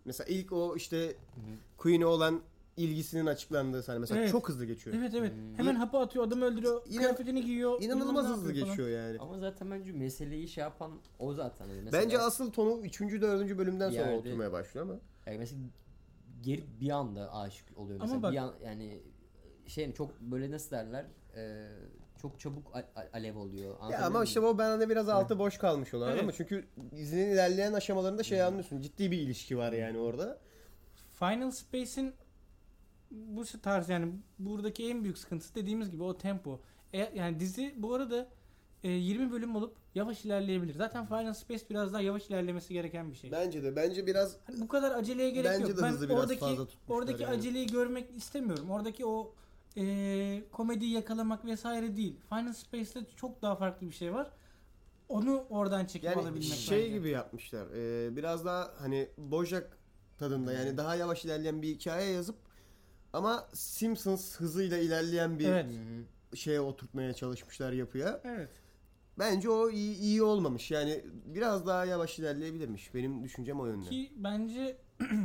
S2: Mesela ilk o işte Queen'e olan ilgisinin açıklandığı sahne mesela
S4: Evet.
S2: çok hızlı geçiyor.
S4: Evet evet.
S3: Hmm.
S4: Hemen hapı atıyor, adamı öldürüyor,
S2: İnan-
S4: kıyafetini giyiyor.
S2: İnanılmaz
S4: bilmem ne
S2: hızlı
S4: yapıyor falan.
S2: geçiyor yani.
S3: Ama zaten bence meseleyi şey yapan o zaten. Hani mesela,
S2: Bence asıl tonu üçüncü dördüncü bölümden
S3: Bir
S2: sonra
S3: yerde-
S2: oturmaya başlıyor ama.
S3: yani mesela geri bir anda aşık oluyor
S4: Ama
S3: mesela.
S4: bak-
S3: Bir an, yani şey çok böyle nasıl derler? Ee, çok çabuk a- a- alev oluyor.
S2: Ya
S3: Anlatabiliyor
S2: ama
S3: muyum?
S2: işte o bende biraz altı boş kalmış olan
S4: Evet.
S2: ama çünkü dizinin ilerleyen aşamalarında şey anlıyorsun. Ciddi bir ilişki var yani orada.
S4: Final Space'in bu tarz yani buradaki en büyük sıkıntısı dediğimiz gibi o tempo. E, yani dizi bu arada e, yirmi bölüm olup yavaş ilerleyebilir. Zaten Final Space biraz daha yavaş ilerlemesi gereken bir şey.
S2: Bence de. Bence biraz
S4: Hani bu kadar aceleye gerek
S2: Bence
S4: yok.
S2: de
S4: Ben
S2: hızı biraz
S4: oradaki
S2: fazla tutmuşlar
S4: oradaki
S2: yani.
S4: aceleyi görmek istemiyorum. Oradaki o e, komediyi yakalamak vesaire değil. Final Space'te çok daha farklı bir şey var. Onu oradan çekip
S2: yani
S4: alabilmek
S2: şey
S4: bence.
S2: gibi yapmışlar. Ee, biraz daha hani Bojack tadında yani daha yavaş ilerleyen bir hikaye yazıp ama Simpsons hızıyla ilerleyen bir
S4: Evet.
S3: Hı hı.
S2: şeye oturtmaya çalışmışlar yapıya.
S4: Evet.
S2: Bence o iyi, iyi olmamış. Yani biraz daha yavaş ilerleyebilirmiş. Benim düşüncem o yönde.
S4: Ki bence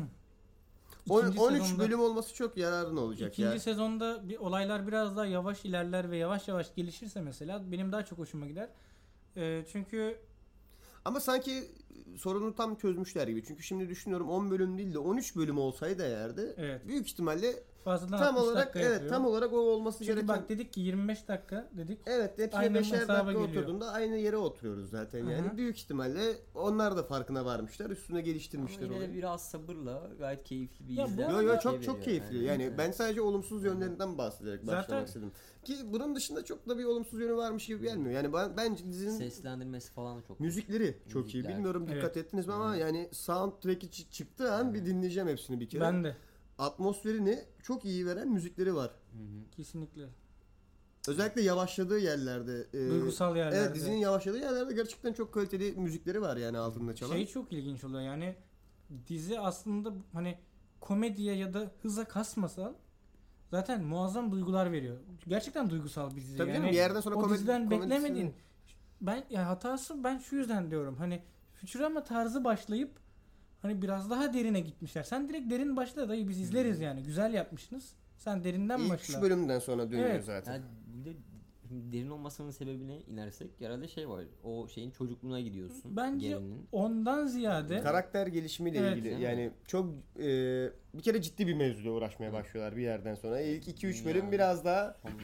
S2: On-
S4: ikinci
S2: on üç
S4: sezonda-
S2: bölüm olması çok yararlı olacak
S4: İkinci
S2: ya.
S4: sezonda bir olaylar biraz daha yavaş ilerler ve yavaş yavaş gelişirse mesela benim daha çok hoşuma gider. Ee, çünkü
S2: Ama sanki sorunu tam çözmüşler gibi. Çünkü şimdi düşünüyorum on bölüm değil de on üç bölüm olsaydı eğerdi
S4: evet
S2: büyük ihtimalle
S4: fazladan
S2: tam
S4: altmış
S2: olarak
S4: dakika
S2: evet
S4: yapıyor.
S2: tam olarak o olması
S4: Çünkü
S2: gereken.
S4: bak dedik ki yirmi beş dakika dedik.
S2: Evet hepsine
S4: Aynı
S2: beşer
S4: hesaba
S2: dakika
S4: geliyor.
S2: oturduğunda aynı yere oturuyoruz zaten yani.
S4: Hı hı.
S2: Büyük ihtimalle onlar da farkına varmışlar. Üstüne
S3: Ama
S2: geliştirmişler
S3: yine de
S2: onu.
S3: biraz sabırla gayet keyifli bir
S4: Ya bu
S3: izlenme.
S2: Yo yo
S4: arada-
S2: çok
S3: şey
S2: çok
S3: veriyor
S2: keyifli. Yani
S3: Evet.
S2: ben sadece olumsuz yönlerinden bahsederek
S4: Zaten-
S2: başlamak istedim. Ki bunun dışında çok da bir olumsuz yönü varmış gibi gelmiyor. Yani ben bence dizinin
S3: Seslendirmesi falan da çok
S2: müzikleri çok iyi.
S3: Müzikler.
S2: Bilmiyorum dikkat
S4: Evet.
S2: ettiniz mi ama
S3: Evet.
S2: yani soundtrack'i çı- çıktığı an bir dinleyeceğim hepsini bir kere.
S4: Ben de
S2: Atmosferini çok iyi veren müzikleri var.
S3: Hı hı.
S4: kesinlikle.
S2: Özellikle yavaşladığı yerlerde. e,
S4: Duygusal yerlerde.
S2: Evet dizinin yavaşladığı yerlerde gerçekten çok kaliteli müzikleri var yani altında çalan.
S4: Şey çok ilginç oluyor yani dizi aslında hani komediye ya da hıza kasmasan zaten muazzam duygular veriyor. Gerçekten duygusal bir dizi.
S2: Tabii
S4: yani
S2: canım bir yerden sonra
S4: o
S2: komedi,
S4: diziden
S2: komedisini-
S4: beklemediğin ben ya hatası ben şu yüzden diyorum hani Futurama tarzı başlayıp hani biraz daha derine gitmişler. Sen direkt derin başla dayı biz izleriz yani. Güzel yapmışsınız. Sen derinden
S2: İlk
S4: başla.
S2: üç bölümden sonra dönüyor
S4: Evet.
S2: zaten.
S3: Yani bir de şimdi derin olmasının sebebine inersek herhalde şey var. O şeyin çocukluğuna gidiyorsun.
S4: Bence
S3: Gerinin.
S4: ondan ziyade
S2: Karakter gelişimiyle
S4: Evet.
S2: ilgili
S3: Değil mi?
S2: yani çok e, bir kere ciddi bir mevzuyla uğraşmaya başlıyorlar bir yerden sonra. İlk iki üç bölüm
S3: Yani.
S2: biraz daha
S3: Son-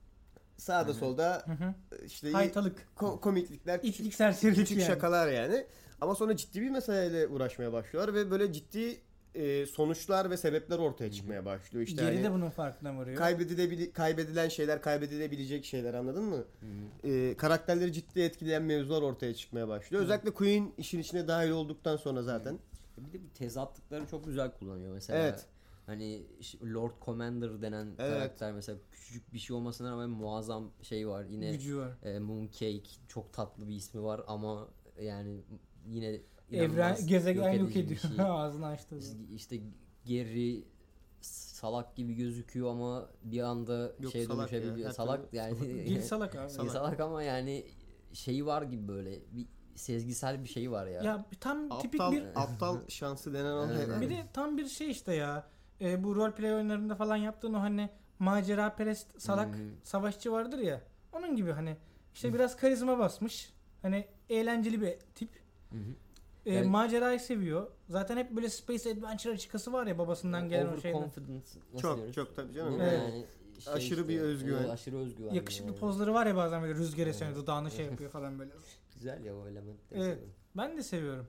S2: sağda
S3: Hı hı.
S2: solda
S4: hı hı,
S2: işte
S4: haytalık,
S2: ko- komiklikler, küçük,
S4: itlik, serserilik
S2: küçük
S4: yani.
S2: şakalar yani. Ama sonra ciddi bir meseleyle uğraşmaya başlıyorlar ve böyle ciddi e, sonuçlar ve sebepler ortaya çıkmaya başlıyor. İşte
S4: Geri de
S2: hani
S4: bunun farkına varıyor.
S2: kaybedilebili- kaybedilen şeyler, kaybedilebilecek şeyler anladın mı?
S3: Hı hı.
S2: E, karakterleri ciddi etkileyen mevzular ortaya çıkmaya başlıyor. Özellikle Queen işin içine dahil olduktan sonra zaten.
S3: Bir de bu tezatlıkları çok güzel kullanıyor mesela.
S2: Evet.
S3: Hani işte Lord Commander denen
S2: Evet.
S3: karakter mesela küçücük bir şey olmasına rağmen muazzam şey var. Yine
S4: Gücü var.
S3: e, Mooncake çok tatlı bir ismi var ama yani yine
S4: Evren
S3: inanılmaz
S4: gezegen yok
S3: edici bir
S4: ediyor.
S3: şey.
S4: Ağzını açtı.
S3: İşte Gary salak gibi gözüküyor ama bir anda
S2: Yok,
S3: şey
S2: salak ya.
S3: dönüşebiliyor.
S2: Her
S3: Salak
S2: türlü
S3: yani.
S4: Gil salak abi.
S3: salak. salak ama yani şeyi var gibi böyle bir sezgisel bir şey var ya.
S4: Ya tam tipik
S2: Aptal
S4: bir
S2: aptal şansı denen o.
S3: Evet.
S2: Evet.
S4: bir de tam bir şey işte ya. E, bu roleplay oyunlarında falan yaptığın o hani macera perest salak
S3: Hı hı.
S4: savaşçı vardır ya. Onun gibi hani işte biraz karizma basmış. Hani eğlenceli bir tip.
S3: Hı hı.
S4: E,
S3: Yani-
S4: macerayı seviyor. Zaten hep böyle Space Adventure çıkası var ya babasından gelen o şeyden.
S3: Overconfident nasıl
S2: Çok
S3: diyoruz?
S2: çok tabii canım.
S3: Değil mi?
S4: Evet.
S3: Yani şey
S2: Aşırı bir özgüven.
S3: o aşırı özgüven.
S4: Yakışıklı
S3: yani.
S4: pozları var ya bazen böyle rüzgar esiyor dudağını şey yapıyor falan böyle.
S3: Güzel ya o element.
S4: Evet. Ben de seviyorum.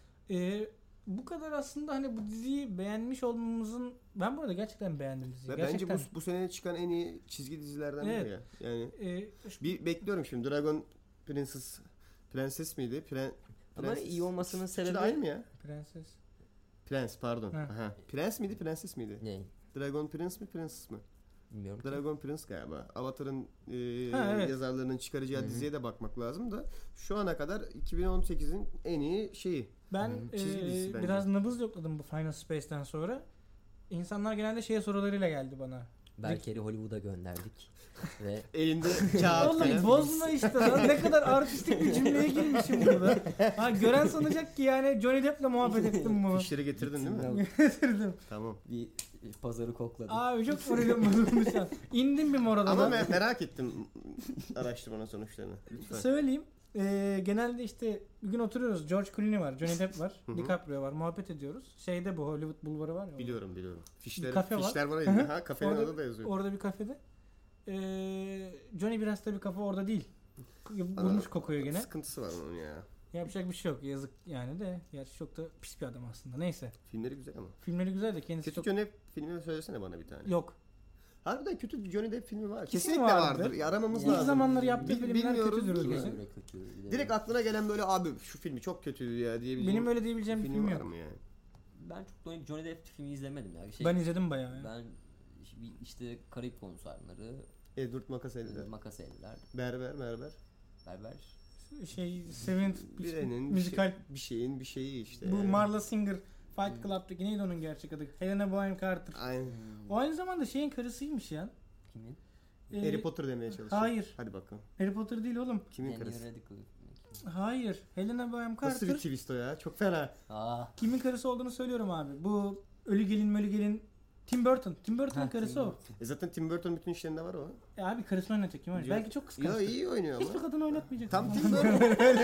S4: Ee, bu kadar aslında hani bu diziyi beğenmiş olmamızın ben bu arada gerçekten beğendim diziyi.
S2: Ve bence
S4: gerçekten.
S2: bu bu sene çıkan en iyi çizgi dizilerden
S4: Evet.
S2: biri ya. Yani
S4: Ee,
S2: bir bekliyorum şimdi Dragon Princess Prenses miydi? Pren,
S3: Ama
S2: Prenses-
S3: iyi olmasının
S2: İkisi de
S3: sebebi
S2: aynı mı ya?
S4: Prenses.
S2: Prens pardon.
S4: Ha.
S2: Aha. Prens miydi, prenses miydi?
S3: ne?
S2: Dragon Prince mi, Princess mi?
S3: Bilmiyorum. ki.
S2: Dragon Prince galiba. Avatar'ın e,
S4: Ha, evet.
S2: yazarlarının çıkaracağı
S3: Hı hı.
S2: diziye de bakmak lazım da şu ana kadar iki bin on sekizin en iyi şeyi.
S4: Ben
S3: Hı.
S2: Çizgi
S4: e,
S2: dizisi bence.
S4: biraz nabız yokladım bu Final Space'ten sonra. İnsanlar genelde şey sorularıyla geldi bana.
S3: Berker'i Hollywood'a gönderdik. Ve
S2: Elinde kağıt
S4: Oğlum
S2: kalem.
S4: bozma işte lan. Ne kadar artistik bir cümleye girmişim burada. Ha, gören sanacak ki yani Johnny Depp'le muhabbet ettim bunu.
S2: Fişleri getirdin değil mi?
S4: Getirdim.
S2: Tamam.
S3: bir pazarı kokladım.
S4: Abi çok moralim bozuldu şu an. İndim bir morada.
S2: Ama
S4: da.
S2: me- merak ettim araştırmanın sonuçlarını. Lütfen.
S4: Söyleyeyim. Ee, genelde işte bir gün oturuyoruz. George Clooney var, Johnny Depp var,
S2: Hı hı.
S4: DiCaprio var. Muhabbet ediyoruz. Şeyde bu Hollywood Bulvarı var ya.
S2: Biliyorum biliyorum. Fişler,
S4: Bir kafe var.
S2: fişler var
S4: Hı
S2: elinde.
S4: hı.
S2: Ha kafenin
S4: Orada-
S2: adı da yazıyor.
S4: Orada bir kafede. Ee, Johnny biraz tabii kafa orada değil. Vurmuş kokuyor gene.
S2: Sıkıntısı var onun ya.
S4: Yapacak bir şey yok. Yazık yani de. Gerçi çok da pis bir adam aslında. Neyse.
S2: Filmleri güzel ama.
S4: Filmleri güzel de kendisi
S2: Kötü
S4: çok...
S2: Johnny Depp filmini söylesene bana bir tane.
S4: Yok.
S2: Harbiden kötü Johnny Depp filmi var.
S4: Kesin
S2: Kesinlikle
S4: vardır.
S2: vardır. Ya, aramamız
S3: İlk
S2: lazım.
S4: zamanlar yaptığı
S2: Bil-
S4: filmler
S2: bilmiyoruz
S4: kötüdür
S2: ki.
S4: öyle.
S3: Kime göre kötü? Bir de
S2: Direkt aklına gelen böyle abi şu filmi çok kötüydü ya diyebileceğim.
S4: Benim öyle diyebileceğim bir film
S2: var
S4: yok.
S2: mı yani?
S3: ben çok Johnny- Johnny Depp filmi izlemedim ya. Şey,
S4: Ben izledim bayağı ya.
S3: ben işte Karayip Konserleri,
S2: Edward Makaselli'de.
S3: Makaseliler,
S2: Berber berber.
S3: Berber.
S4: Şey Seventh
S2: Birinin bir,
S4: müzikal.
S2: şey, bir şeyin bir şeyi işte.
S4: Bu
S2: yani.
S4: Marla Singer Fight Club'daki neydi onun gerçek adı? Helena Bonham Carter.
S2: Aynen.
S4: O aynı zamanda şeyin karısıymış ya.
S3: Kimin?
S4: Ee,
S2: Harry Potter demeye çalışıyor.
S4: Hayır.
S2: Hadi bakalım.
S4: Harry Potter değil oğlum.
S2: Kimin
S3: Daniel
S2: karısı?
S3: Radcliffe.
S4: Hayır. Helena Bonham
S2: Nasıl bir
S4: Carter.
S2: twist o ya? Çok fena.
S3: Aa.
S4: Kimin karısı olduğunu söylüyorum abi. Bu Ölü Gelin Mölü Gelin Tim Burton. Tim Burton'ın
S3: Ha,
S4: karısı
S3: Tim
S4: o.
S3: Burton.
S2: E zaten Tim Burton bütün işlerinde var o.
S4: Ya abi karısını oynatacak kim oynayacak?
S2: Yok.
S4: Belki çok
S2: Ya
S4: kıskançtır.
S2: iyi oynuyor
S4: Hiçbir
S2: ama.
S4: kadın oynatmayacak.
S2: Tam Tim Burton.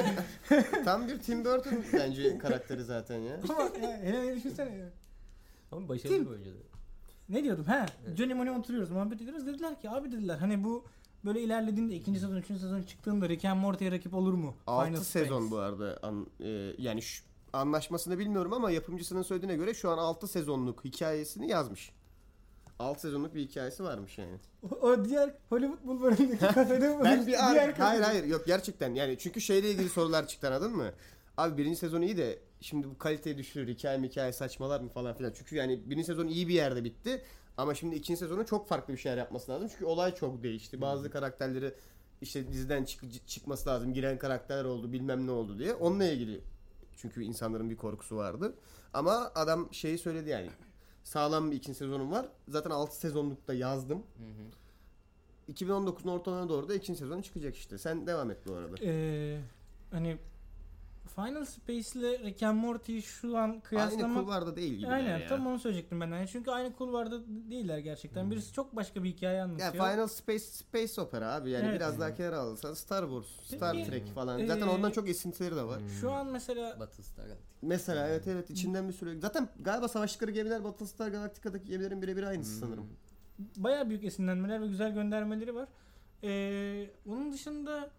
S2: Tam bir Tim Burton bence karakteri zaten ya.
S4: Ama ya, Helena'yı düşünsene ya.
S3: Ama başarılı
S4: Kim?
S3: bir oyuncu.
S4: Ne diyordum? He. Johnny Money oturuyoruz, muhabbet ediyoruz. Dediler ki abi dediler hani bu böyle ilerlediğinde ikinci sezon, üçüncü sezon çıktığında Rick and Morty'ye rakip olur mu?
S2: altı
S4: Final
S2: sezon
S4: Space.
S2: bu arada. An, e, yani şu, anlaşmasını bilmiyorum ama yapımcısının söylediğine göre şu an altı sezonluk hikayesini yazmış. altı sezonluk bir hikayesi varmış yani.
S4: O, o diğer Hollywood bulvarındaki kafede mi?
S2: Ben bir ar-
S4: Diğer
S2: hayır
S4: kafede.
S2: hayır yok gerçekten yani çünkü şeyle ilgili sorular çıktı anladın mı? Abi birinci sezon iyi de şimdi bu kaliteyi düşürür hikaye hikaye saçmalar mı falan filan. Çünkü yani birinci sezon iyi bir yerde bitti ama şimdi ikinci sezonu çok farklı bir şeyler yapması lazım. Çünkü olay çok değişti. Bazı karakterleri işte diziden çık- çıkması lazım. Giren karakterler oldu bilmem ne oldu diye. Onunla ilgili çünkü insanların bir korkusu vardı. Ama adam şeyi söyledi yani. Sağlam bir ikinci sezonum var. Zaten altı sezonlukta yazdım.
S3: Hı hı.
S2: iki bin on dokuzun ortalarına doğru da ikinci sezon çıkacak işte. Sen devam et bu arada.
S4: Ee, hani Final Space ile Rick and Morty'yi şu an kıyaslama...
S2: Aynı kulvarda değil gibi
S4: Aynen
S2: ya.
S4: tam onu söyleyecektim ben. Yani çünkü aynı kulvarda değiller gerçekten. Birisi çok başka bir hikaye
S2: Ya
S4: anlatıyor.
S2: Final Space Space Opera abi yani
S4: Evet.
S2: biraz daha kenara alırsan Star Wars, Star
S4: Peki,
S2: Trek falan.
S4: ee,
S2: Zaten ondan çok esintileri de var.
S4: Şu an mesela
S3: Battlestar Galactica.
S2: Mesela evet evet içinden bir sürü. Zaten galiba savaştıkları gemiler Battlestar Galactica'daki gemilerin birebir aynısı
S3: Hmm.
S2: sanırım.
S4: bayağı büyük esinlenmeler ve güzel göndermeleri var. Ee, onun dışında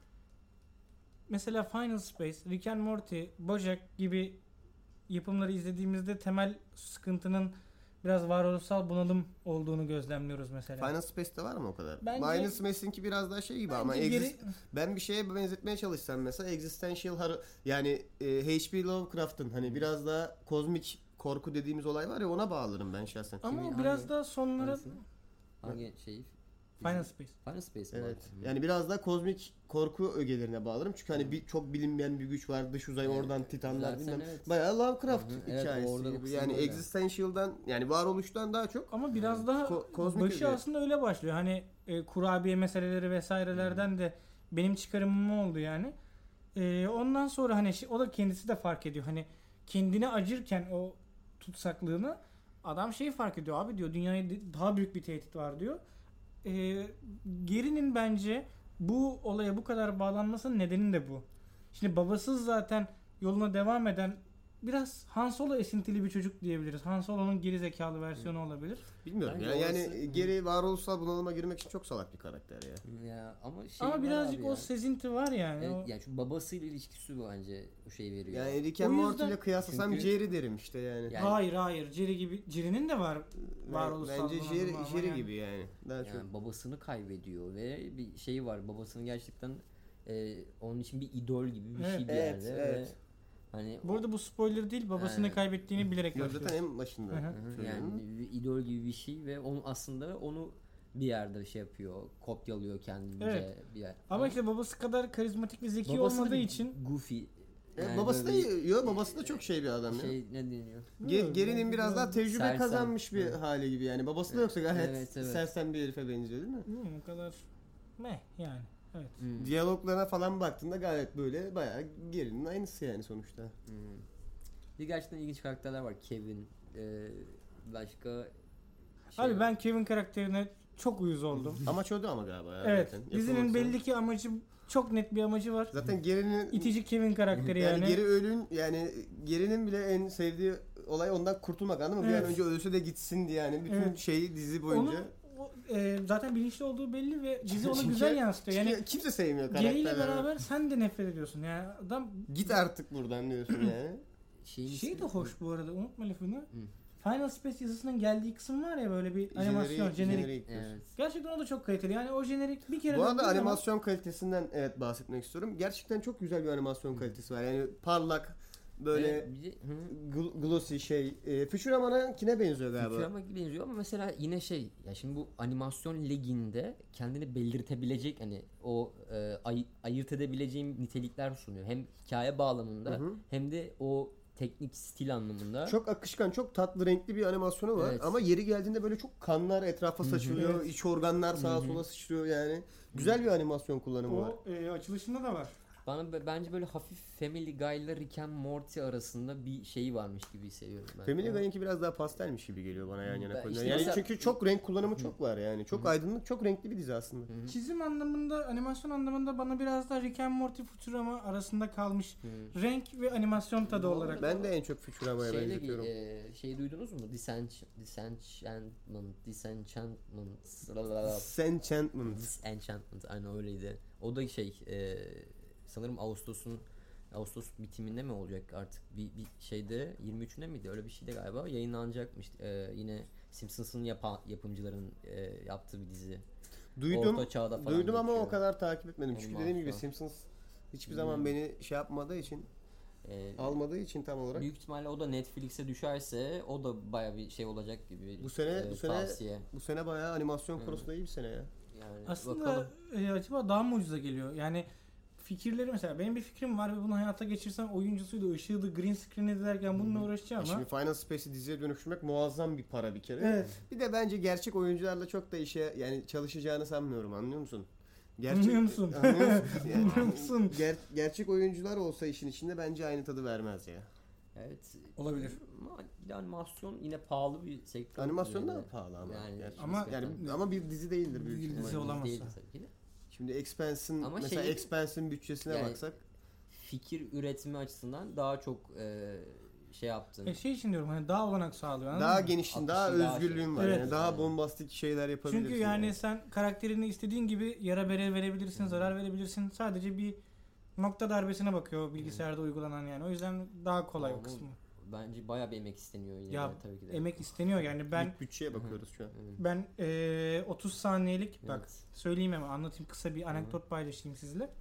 S4: mesela Final Space, Rick and Morty, BoJack gibi yapımları izlediğimizde temel sıkıntının biraz varoluşsal bunalım olduğunu gözlemliyoruz mesela.
S2: Final Space'te var mı o kadar?
S4: Bence-
S2: Final Space'inki biraz daha şey gibi ama
S4: Bence geri-
S2: exist- ben bir şeye benzetmeye çalışsam mesela Existential Horror yani e, H P Lovecraft'ın hani biraz daha kozmik korku dediğimiz olay var ya ona bağlarım ben şahsen.
S4: Ama
S3: Kimi-
S4: o biraz
S3: hangi-
S4: daha sonlara
S3: Hangisini? Hangi şeyi?
S4: Final Space.
S3: Final Space mi?
S2: Evet.
S3: Hı.
S2: Yani biraz daha kozmik korku ögelerine bağlarım. Çünkü hani bir çok bilinmeyen bir güç var. Dış uzay
S3: Evet.
S2: oradan titanlar
S3: Zaten
S2: bilmem.
S3: evet.
S2: Bayağı Lovecraft
S3: Hı hı. Evet,
S2: hikayesi
S3: orada o
S2: gibi.
S3: kısım
S2: Yani
S3: öyle.
S2: existential'dan yani varoluştan daha çok
S4: Ama biraz daha
S2: Ko- kozmik
S4: başı
S2: öge.
S4: aslında öyle başlıyor. Hani e, kurabiye meseleleri vesairelerden de benim çıkarımım oldu yani. E, ondan sonra hani şey- o da kendisi de fark ediyor. Hani kendine acırken o tutsaklığını adam şeyi fark ediyor. Abi diyor dünyaya de- daha büyük bir tehdit var diyor. E, Gary'nin bence bu olaya bu kadar bağlanmasının nedeni de bu. Şimdi babasız zaten yoluna devam eden biraz Han Solo esintili bir çocuk diyebiliriz. Han Solo'nun geri zekalı versiyonu olabilir.
S2: bilmiyorum
S3: Bence
S2: ya. Yani
S3: orası-
S2: geri varoluşsal bunalıma girmek için çok salak bir karakter ya.
S3: Ya ama şey
S4: Ama
S3: var
S4: birazcık
S3: abi
S4: o
S3: ya.
S4: sezinti var yani.
S3: Evet,
S4: O-
S3: yani şu babasıyla ilişkisi bu bence o şey veriyor.
S2: Yani Rick
S4: O
S2: and
S4: yüzden-
S2: Morty ile kıyaslasam
S3: Çünkü-
S2: Jerry derim işte yani.
S3: Yani-
S4: Hayır hayır. Jerry gibi. Jerry'nin de var. varoluşsal
S2: Bence
S4: bunalımı
S2: Jerry,
S4: ama
S2: Jerry
S4: yani.
S2: gibi yani. Daha çok.
S3: Yani babasını kaybediyor ve bir şey var, babasını gerçekten e, onun için bir idol gibi bir
S4: Evet.
S3: şey bir
S2: Evet,
S3: yerde
S2: evet.
S3: ve hani
S4: Bu arada bu spoiler değil. Babasını
S3: Evet.
S4: kaybettiğini bilerek
S2: Yok,
S4: başlıyor.
S2: zaten en başında.
S4: Hı hı.
S3: Hı hı,
S2: söylüyorum.
S3: yani bir idol gibi bir şey ve onu aslında onu bir yerde şey yapıyor, kopyalıyor kendince
S4: Evet.
S3: bir yer.
S4: Ama işte babası kadar karizmatik ve zeki
S3: babası da
S4: olmadığı
S3: bir
S4: için
S3: goofy
S2: E,
S3: Yani
S2: babası da
S3: böyle
S2: yo, babası da çok şey bir adam ya.
S3: şey ne deniyor?
S2: Ge- Gary'nin biraz daha tecrübe
S3: Sersem.
S2: kazanmış bir
S3: Evet.
S2: hali gibi yani. Babası da yoksa gayet
S3: Evet, evet.
S2: sersem bir herife benziyor değil mi?
S4: Hmm, o kadar meh yani. Evet.
S3: Hmm.
S2: Diyaloglarına falan baktığında gayet böyle bayağı Gary'nin aynısı yani sonuçta.
S3: Hmm. Bir gerçekten ilginç karakterler var. Kevin, e, başka şey
S4: Abi
S3: var.
S4: ben Kevin karakterine çok uyuz oldum.
S2: Amaç oydu ama galiba ya.
S4: Evet.
S2: zaten.
S4: Dizinin
S2: Yapılması.
S4: belli ki amacı, çok net bir amacı var.
S2: Zaten Gary'nin
S4: İtici Kevin karakteri
S2: yani,
S4: yani.
S2: Gary ölün yani Gary'nin bile en sevdiği olay ondan kurtulmak, anladın mı? Bir
S4: Evet.
S2: an önce ölse de gitsin diye yani bütün
S4: Evet.
S2: şeyi dizi
S4: Onun
S2: boyunca.
S4: o, e, zaten bilinçli olduğu belli ve dizi onu
S2: Çünkü-
S4: güzel yansıtıyor. Yani
S2: Çünkü kimse sevmiyor
S4: Gary ile
S2: karakterleri.
S4: beraber sen de nefret ediyorsun. Yani adam
S2: Git artık buradan diyorsun yani.
S3: Şeyin
S4: şey de
S3: ismi-
S4: hoş bu arada, unutma lafını. Final Space yazısının geldiği kısım var ya, böyle bir animasyon,
S2: Jenerik-
S4: jenerik.
S2: jenerik diyorsun.
S3: Evet.
S4: Gerçekten o da çok kaliteli. Yani o jenerik bir kere
S2: Bu arada
S4: döndüğü zaman-
S2: animasyon kalitesinden evet bahsetmek istiyorum. Gerçekten çok güzel bir animasyon kalitesi var. Yani parlak böyle
S3: Evet, bir de- hı.
S2: gl- glossy şey. E, Futurama'nınkine benziyor galiba.
S3: Futurama gibi benziyor ama mesela yine şey ya, şimdi bu animasyon liginde kendini belirtebilecek hani o e, ay- ayırt edebileceğim nitelikler sunuyor. Hem hikaye bağlamında
S2: Hı hı.
S3: hem de o teknik stil anlamında.
S2: Çok akışkan, çok tatlı, renkli bir animasyonu var.
S3: Evet.
S2: Ama yeri geldiğinde böyle çok kanlar etrafa saçılıyor.
S4: Evet.
S2: İç organlar sağa sola sıçrıyor yani. Güzel bir animasyon kullanımı var.
S4: O e, açılışında da var.
S3: Bana be- bence böyle hafif Family Guy ile Rick and Morty arasında bir şey varmış gibi hissediyorum ben.
S2: Family Guy'ınki biraz daha pastelmiş gibi geliyor bana yan yana
S3: Ben
S2: koyunca.
S3: işte
S2: Yani
S3: mesela-
S2: çünkü çok renk kullanımı çok var yani. Çok aydınlık, çok renkli bir dizi aslında.
S4: Çizim anlamında, animasyon anlamında bana biraz da Rick and Morty, Futurama arasında kalmış
S3: Hı.
S4: renk ve animasyon tadı
S3: Bu
S4: olarak.
S2: Ben de en çok Futurama'ya
S3: Şeyle,
S2: benzetiyorum.
S3: e, şey duydunuz mu? Disench- Disenchantment, Disenchantment,
S2: Disenchantment.
S3: Disenchantment, aynen öyleydi. O da şey, e, sanırım Ağustos'un Ağustos bitiminde mi olacak artık bir, bir şeyde yirmi üçünde miydi? Öyle bir şeyde galiba yayınlanacakmış. E, yine Simpsons'ın yapa, yapımcıların e, yaptığı bir dizi.
S2: Duydum.
S3: Orta çağda falan
S2: Duydum ama
S3: geçiyor.
S2: o kadar takip etmedim. Çünkü
S3: Olmaz
S2: dediğim gibi
S3: falan.
S2: Simpsons hiçbir
S3: Hmm.
S2: zaman beni şey yapmadığı için,
S3: E,
S2: almadığı için tam olarak.
S3: Büyük ihtimalle o da Netflix'e düşerse o da baya bir şey olacak gibi.
S2: Bu sene
S3: e,
S2: bu sene
S3: tavsiye.
S2: bu sene bayağı animasyon
S3: Hı.
S2: konusunda iyi bir sene ya.
S3: Yani
S4: Aslında
S3: bakalım.
S4: e, acaba daha mı ucuza geliyor? Yani fikirleri, mesela benim bir fikrim var ve bunu hayata geçirsem oyuncusuydu, ışığıydı, green screen'i derken bununla uğraşacağım ama.
S2: Şimdi Final Space'i diziye dönüştürmek muazzam bir para bir kere.
S4: Evet.
S2: Bir de bence gerçek oyuncularla çok da işe yani çalışacağını sanmıyorum, anlıyor musun?
S4: Anlıyor musun?
S2: Anlıyor musun? Yani
S4: Anlıyor musun?
S2: ger- gerçek oyuncular olsa işin içinde bence aynı tadı vermez ya.
S3: Evet.
S4: Olabilir.
S3: Ama bir de animasyon yine pahalı bir sektör.
S2: Animasyon
S3: yine.
S2: da pahalı ama.
S3: Yani,
S2: gerçekten.
S4: Ama-
S2: yani
S3: nispeten.
S2: ama bir dizi değildir büyük
S4: Bir dizi
S2: ihtimalle.
S4: olamaz.
S3: Değil
S4: olamazsa.
S3: tabii ki de.
S2: Şimdi Expanse'in
S3: Ama
S2: mesela
S3: şeyi-
S2: Expanse'in bütçesine
S3: Yani-
S2: baksak
S3: Fikir üretimi açısından daha çok e, şey yaptın.
S4: E şey için diyorum, hani daha olanak sağlıyor. anladın
S2: daha
S4: mı?
S2: genişin, daha
S3: Akışı daha
S2: özgürlüğün
S3: şey.
S2: var.
S4: Evet.
S2: Yani daha bombastik şeyler yapabilirsin.
S4: Çünkü yani sen karakterini istediğin gibi yara bere verebilirsin, zarar verebilirsin. Sadece bir nokta darbesine bakıyor bilgisayarda uygulanan yani. O yüzden daha kolay o
S3: Ama
S4: kısmı.
S3: Bence bayağı bir emek isteniyor yine
S4: Ya
S3: de tabii ki de.
S4: emek isteniyor yani. Ben
S2: İlk bütçeye bakıyoruz şu an.
S3: Evet.
S4: ben eee, otuz saniyelik bak
S3: Evet.
S4: söyleyeyim ama anlatayım, kısa bir anekdot paylaşayım sizle.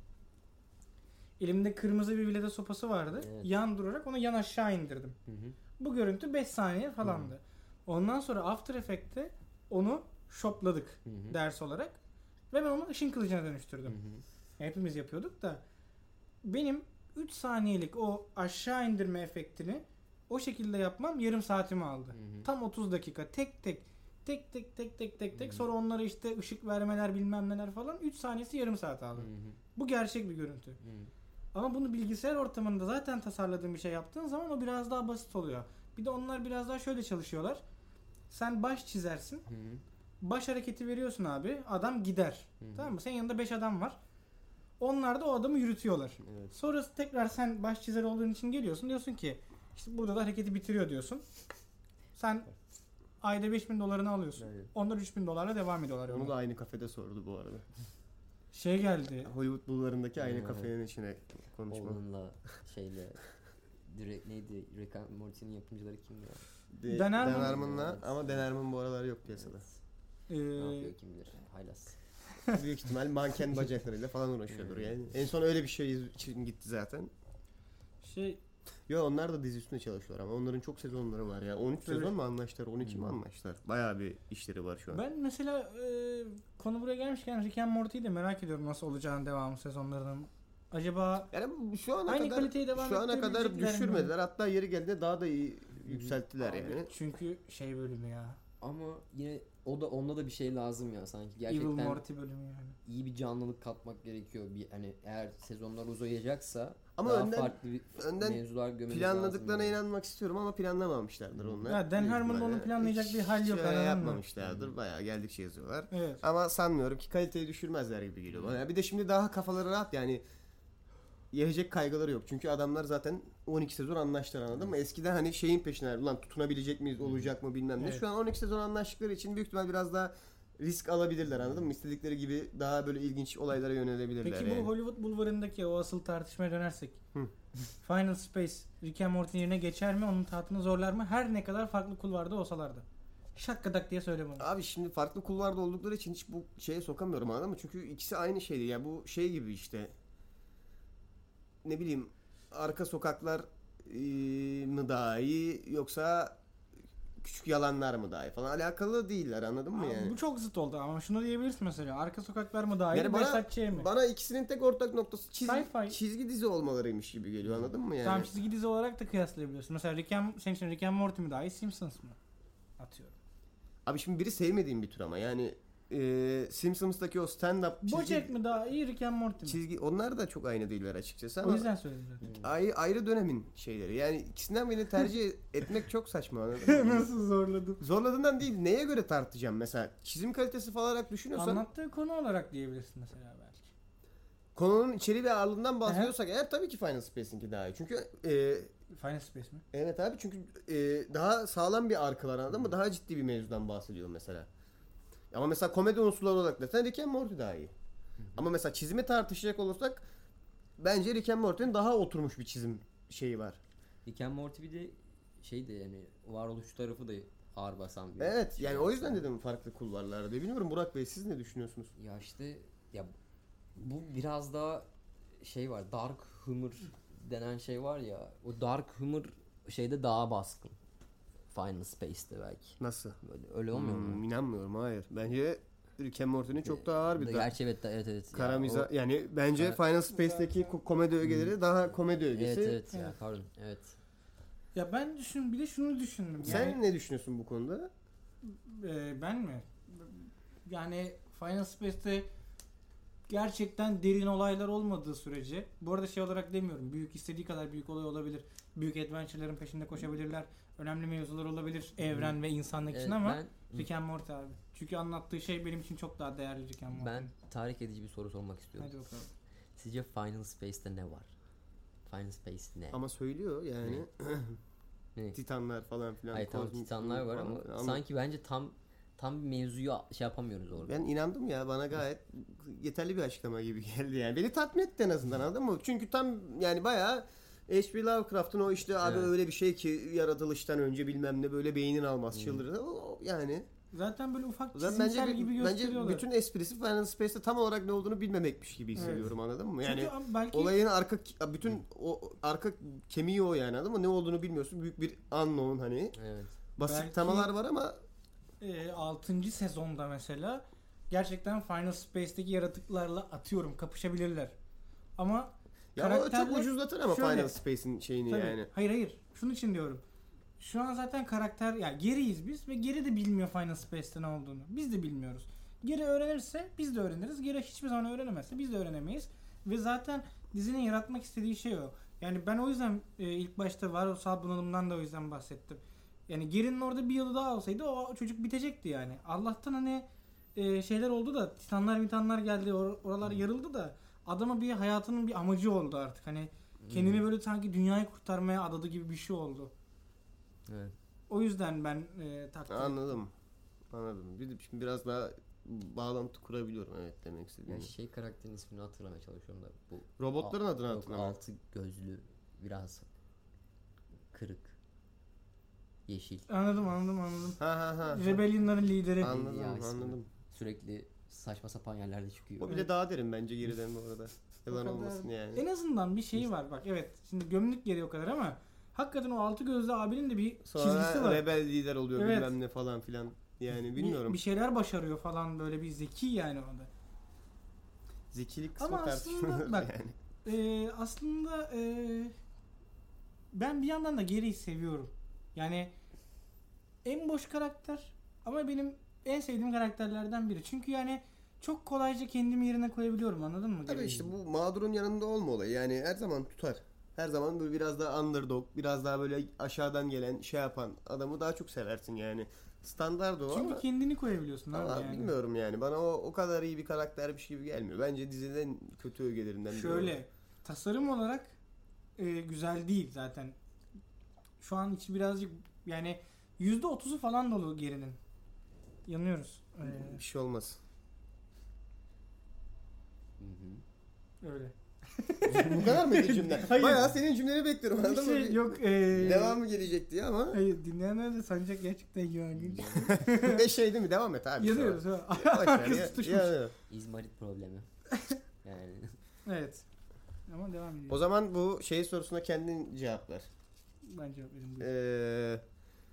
S4: Elimde kırmızı bir vileda sopası vardı.
S3: Evet.
S4: Yan durarak onu yan aşağı indirdim.
S3: Hı hı.
S4: Bu görüntü beş saniye falandı. Ondan sonra After Effects'te onu shopladık
S3: Hı hı.
S4: ders olarak ve ben onu ışın kılıcına
S3: Hı
S4: dönüştürdüm.
S3: hı.
S4: Hepimiz yapıyorduk da benim üç saniyelik o aşağı indirme efektini o şekilde yapmam yarım saatimi aldı.
S3: Hı hı.
S4: Tam otuz dakika tek tek tek tek tek tek tek tek
S3: Hı.
S4: sonra onlara işte ışık vermeler bilmem neler falan üç saniyesi yarım saat aldı.
S3: Hı hı.
S4: Bu gerçek bir görüntü.
S3: Hı.
S4: Ama bunu bilgisayar ortamında zaten tasarladığın bir şey yaptığın zaman o biraz daha basit oluyor. Bir de onlar biraz daha şöyle çalışıyorlar. Sen baş çizersin.
S3: Hı hı.
S4: Baş hareketi veriyorsun abi. Adam gider.
S3: Hı hı.
S4: Tamam mı? Senin yanında beş adam var. Onlar da o adamı yürütüyorlar.
S3: Evet.
S4: Sonra tekrar sen baş çizer olduğun için geliyorsun. Diyorsun ki işte burada da hareketi bitiriyor diyorsun. Sen ayda beş bin dolarını alıyorsun.
S3: Evet.
S4: Onlar üç bin dolarla devam ediyorlar.
S2: Onu
S4: yoluna.
S2: da aynı kafede sordu bu arada.
S4: Şey geldi.
S2: Hollywood bulvarındaki aynı
S3: Evet.
S2: kafenin içine konuşma.
S3: Oğlunla şeyle direkt neydi? Rick and Morty'nin yapımcıları kimdi ya?
S2: De,
S4: Dan Harmon.
S2: Dan Harmon'la
S3: Evet.
S2: ama Dan Harmon bu aralar yok piyasada.
S4: Ee,
S3: Ne yapıyor kim bilir? Haylaz.
S2: Büyük ihtimal manken bacaklarıyla falan uğraşıyordur yani. En son öyle bir şey için gitti zaten.
S4: şey
S2: Yo, onlar da dizi üstünde çalışıyorlar ama onların çok sezonları var ya. on üç
S4: Evet.
S2: sezon mu anlaştılar? on iki mi
S3: Hmm.
S2: anlaştılar? Bayağı bir işleri var şu an.
S4: ben mesela e, konu buraya gelmişken Rick and Morty'yi de merak ediyorum nasıl olacağını devamı sezonlarının. Acaba
S2: Yani bu- şu ana
S4: Aynı
S2: kadar
S4: kaliteyi devam
S2: şu ana kadar
S4: ettirebilecekler mi?
S2: düşürmediler. Hatta yeri geldiğinde daha da iyi yükselttiler
S4: Abi,
S2: yani.
S4: çünkü şey bölümü ya.
S3: Ama yine o da onda da bir şey lazım ya sanki.
S4: Evil
S3: Gerçekten
S4: Morty bölümü yani.
S3: iyi bir canlılık katmak gerekiyor. Bir hani eğer sezonlar uzayacaksa
S2: Ama
S3: daha
S2: önden-
S3: farklı bir
S2: önden
S3: mevzular gömemiz
S2: Planladıklarına
S3: lazım.
S2: inanmak istiyorum ama planlamamışlardır onlar.
S4: Ya Dan
S2: Büyük
S4: Harmon'da
S2: ihtimalle.
S4: onu planlayacak
S2: Hiç
S4: bir hal yok,
S2: şey
S4: anladın mı?
S2: yapmamışlardır. Bayağı geldikçe yazıyorlar.
S4: Evet.
S2: Ama sanmıyorum ki kaliteyi düşürmezler gibi geliyor bana. Bir de şimdi daha kafaları rahat yani. Yiyecek kaygıları yok. Çünkü adamlar zaten on iki sezon anlaştılar, anladın mı? Eskiden hani şeyin peşine ulan tutunabilecek miyiz, olacak mı bilmem ne.
S4: Evet.
S2: Şu an on iki sezon anlaştıkları için büyük ihtimal biraz daha risk alabilirler, anladın mı? İstedikleri gibi daha böyle ilginç olaylara yönelebilirler.
S4: Peki bu
S2: yani.
S4: Hollywood Bulvarı'ndaki o asıl tartışmaya dönersek.
S2: Hı.
S4: Final Space Rick and Morty'nin yerine geçer mi? Onun tahtını zorlar mı? Her ne kadar farklı kulvarda olsalar da. Şakkadak diye söyle bunu.
S2: Abi şimdi farklı kulvarda oldukları için hiç bu şeye sokamıyorum, anladın mı? Çünkü ikisi aynı şeydi. Yani bu şey gibi işte, ne bileyim, arka sokaklar eee, mı daha iyi yoksa küçük yalanlar mı daha iyi falan, alakalı değiller, anladın mı
S4: Abi
S2: yani?
S4: Bu çok zıt oldu ama şunu diyebilirsin mesela. Arka sokaklar mı daha iyi?
S2: Yani bana,
S4: Behzat Ç. mi?
S2: bana ikisinin tek ortak noktası çizgi,
S4: Sci-fi.
S2: çizgi dizi olmalarıymış gibi geliyor, anladın mı yani?
S4: Tamam, çizgi dizi olarak da kıyaslayabiliyorsun. Mesela Rick and, senin için Rick and Morty mi daha iyi, Simpsons mı? Atıyorum.
S2: Abi şimdi biri sevmediğim bir tür ama yani eee Simpsons'taki o stand-up çizgi,
S4: Bojack mi daha iyi, Rick and Morty mi?
S2: çizgi, onlar da çok aynı değiller açıkçası
S4: O
S2: ama
S4: yüzden söyledim zaten.
S2: ayrı, ayrı dönemin şeyleri. Yani ikisinden birini tercih etmek çok saçma, anladın mı?
S4: Nasıl zorladım?
S2: Zorladığından değil, neye göre tartacağım mesela? Çizim kalitesi falan olarak düşünüyorsan,
S4: Anlattığı konu olarak diyebilirsin mesela belki.
S2: konunun içeriği ve ağırlığından bahsediyorsak eğer tabii ki Final Space'inki daha iyi. Çünkü e,
S4: Final Space mi?
S2: evet abi, çünkü e, daha sağlam bir arka var, anladın mı? Daha ciddi bir mevzudan bahsediyor mesela. Ama mesela komedi unsurları olarak desen Rick and Morty daha iyi. Ama mesela çizimi tartışacak olursak bence Rick and Morty'nin daha oturmuş bir çizim şeyi var.
S3: Rick and Morty bir de şey de yani varoluş tarafı da ağır basan bir
S2: Evet
S3: şey
S2: yani o yüzden
S3: aslında.
S2: dedim farklı kulvarlarda diye. Bilmiyorum Burak Bey, siz ne düşünüyorsunuz?
S3: Ya işte ya bu biraz daha şey var, dark humor denen şey var ya, o dark humor şeyde daha baskın. Final Space'te belki.
S2: Nasıl?
S3: Böyle öyle olmuyor
S2: Hmm,
S3: mu?
S2: inanmıyorum, hayır. Bence Rick and Morty'nin çok daha ağır bir da-
S3: Gerçi evet evet evet.
S2: kara
S3: Ya
S2: miza
S3: o-
S2: yani bence
S3: Kara-
S2: Final Space'teki ko- komedi ögeleri daha komedi ögesi.
S3: Evet evet ya
S4: Evet.
S3: pardon evet.
S4: Ya ben düşün bir de şunu düşündüm.
S2: Sen
S4: Yani,
S2: ne düşünüyorsun bu konuda?
S4: e, ben mi? Yani Final Space'te gerçekten derin olaylar olmadığı sürece, bu arada şey olarak demiyorum, büyük istediği kadar büyük olay olabilir. Büyük adventure'ların peşinde koşabilirler. Önemli mevzular olabilir evren ve insanlık için
S3: Evet,
S4: ama
S3: ben
S4: Rick and Morty abi. Çünkü anlattığı şey benim için çok daha değerli Rick and Morty.
S3: ben tahrik edici bir soru sormak istiyorum.
S4: Hadi bakalım.
S3: Sizce Final Space'te ne var? Final Space ne?
S2: Ama söylüyor yani
S3: Ne?
S2: Titanlar falan filan.
S3: Hayır tamam
S2: kozmik
S3: Titanlar var
S2: falan
S3: ama
S2: filan.
S3: sanki bence tam tam bir mevzuyu şey yapamıyoruz orada.
S2: Ben inandım ya, bana gayet yeterli bir açıklama gibi geldi yani. Beni tatmin etti en azından, anladın mı? Çünkü tam yani bayağı H P Lovecraft'ın o işte abi
S3: Evet.
S2: öyle bir şey ki yaratılıştan önce bilmem ne böyle beynin almaz çıldırır. O, yani
S4: Zaten böyle ufak
S2: zaten
S4: çizimsel
S2: bence
S4: gibi
S2: bence
S4: gösteriyorlar.
S2: bütün esprisi Final Space'te tam olarak ne olduğunu bilmemekmiş gibi hissediyorum, anladın mı? Yani
S4: Çünkü abi belki
S2: olayın arka bütün o arka kemiği o yani, anladın mı? Ne olduğunu bilmiyorsun. Büyük bir unknown hani.
S3: Evet.
S2: Basit
S4: Belki-
S2: temalar var ama
S4: e, altıncı sezonda mesela gerçekten Final Space'teki yaratıklarla atıyorum kapışabilirler. Ama
S2: ya o çok
S4: karakterler-
S2: ucuzlatır ama
S4: şöyle-
S2: Final Space'in şeyini
S4: Tabii.
S2: yani.
S4: Hayır hayır. Şunun için diyorum. Şu an zaten karakter ya geriyiz biz ve geri de bilmiyor Final Space'te ne olduğunu. Biz de bilmiyoruz. Geri öğrenirse biz de öğreniriz. Geri hiçbir zaman öğrenemezse biz de öğrenemeyiz. Ve zaten dizinin yaratmak istediği şey o. Yani ben o yüzden e, ilk başta varoluşsal bunalımdan da o yüzden bahsettim. Yani Geri'nin orada bir yılı daha olsaydı o çocuk bitecekti yani. Allah'tan hani e, şeyler oldu da Titanlar Titanlar geldi, or- oralar yarıldı da adama bir hayatının bir amacı oldu artık. Hani kendini böyle sanki dünyayı kurtarmaya adadı gibi bir şey oldu.
S3: Evet.
S4: O yüzden ben e, takdir ettim.
S2: Anladım. Anladım. Bir de şimdi biraz daha bağlantı kurabiliyorum, evet, demek istediğim.
S3: Yani şey karakterin ismini hatırlamaya çalışıyorum da bu
S2: Robotların
S3: Al-
S2: adını
S3: yok,
S2: hatırlamam.
S3: altı gözlü biraz kırık yeşil
S4: Anladım anladım anladım.
S2: Ha ha ha.
S4: Rebellion'ların lideri.
S2: Anladım,
S3: Ya ismi.
S2: anladım.
S3: sürekli saçma sapan yerlerde çıkıyor.
S2: O bile daha derin bence geriden bu arada. Yalan
S4: O kadar-
S2: olmasın yani.
S4: En azından bir şeyi var bak, evet. Şimdi gömlük geliyor o kadar ama hakikaten o altı gözlü abinin de bir çizgisi
S2: Sonra
S4: var.
S2: rebel lider oluyor
S4: Evet.
S2: bilmem ne falan filan. Yani
S4: Bir-
S2: bilmiyorum.
S4: Bir, şeyler başarıyor falan, böyle bir zeki yani o da.
S2: Zekilik kısmı
S4: Ama
S2: tartışılır
S4: aslında bak-
S2: yani.
S4: Ee, aslında ee, ben bir yandan da Gary'i seviyorum. Yani en boş karakter ama benim en sevdiğim karakterlerden biri. Çünkü yani çok kolayca kendimi yerine koyabiliyorum, anladın mı?
S2: Tabii
S4: Gary'yi?
S2: işte bu mağdurun yanında olma olayı. Yani her zaman tutar. Her zaman böyle biraz daha underdog, biraz daha böyle aşağıdan gelen şey yapan adamı daha çok seversin yani. Standart o
S4: Çünkü
S2: ama,
S4: kendini koyabiliyorsun abi
S2: ama
S4: yani.
S2: bilmiyorum yani. Bana o o kadar iyi bir karaktermiş gibi gelmiyor. Bence dizinin kötü ögelerinden biri.
S4: Şöyle tasarım olarak e, güzel değil zaten. Şu an içi birazcık yani yüzde otuzu falan dolu Gary'nin. Yanıyoruz.
S2: o.
S4: Ee,
S2: Bir şey olmaz.
S3: Hı hı.
S4: öyle.
S2: Bu kadar mıydı cümle?
S4: Hayır.
S2: Bayağı senin cümleni bekliyorum.
S4: Bir
S2: Anladın mı?
S4: şey
S2: Bir-
S4: yok. E,
S2: Devamı gelecek diye ama.
S4: Hayır, dinleyenler de sanacak gerçekten Yuang'ın.
S2: Ve şey değil mi? Devam et abi.
S4: Yanıyoruz ha.
S2: Boş ver,
S4: Arkası
S2: ya-
S4: tutuşmuş.
S2: yanıyor.
S3: İzmarit problemi. Yani
S4: Evet. Ama devam ediyor.
S2: O zaman bu şey sorusuna kendin cevap ver.
S4: Ben cevap vereyim. buyur.
S2: Ee,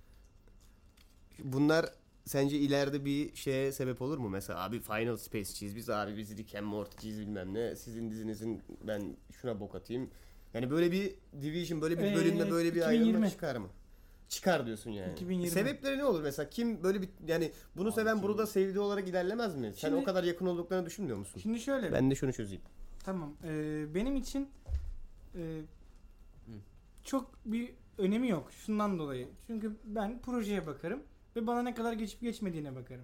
S2: bunlar sence ileride bir şeye sebep olur mu? Mesela abi Final Space'ciyiz biz, abi biz Rick and Morty'ciyiz bilmem ne. Sizin dizinizin ben şuna bok atayım. Yani böyle bir division, böyle bir
S4: Ee,
S2: bölümde böyle bir
S4: iki bin yirmi.
S2: ayrılma çıkar mı? Çıkar diyorsun yani.
S4: iki bin yirmi.
S2: Sebepleri ne olur mesela? Kim böyle bir yani bunu
S3: Abi
S2: seven
S3: kim-
S2: bunu da sevdiği olarak ilerlemez mi? Sen
S4: Şimdi-
S2: o kadar yakın olduklarını düşünmüyor musun?
S4: Şimdi şöyle.
S2: Ben de şunu çözeyim.
S4: Tamam. Ee, benim için e,
S3: Hı.
S4: çok bir önemi yok. Şundan dolayı. Çünkü ben projeye bakarım ve bana ne kadar geçip geçmediğine bakarım.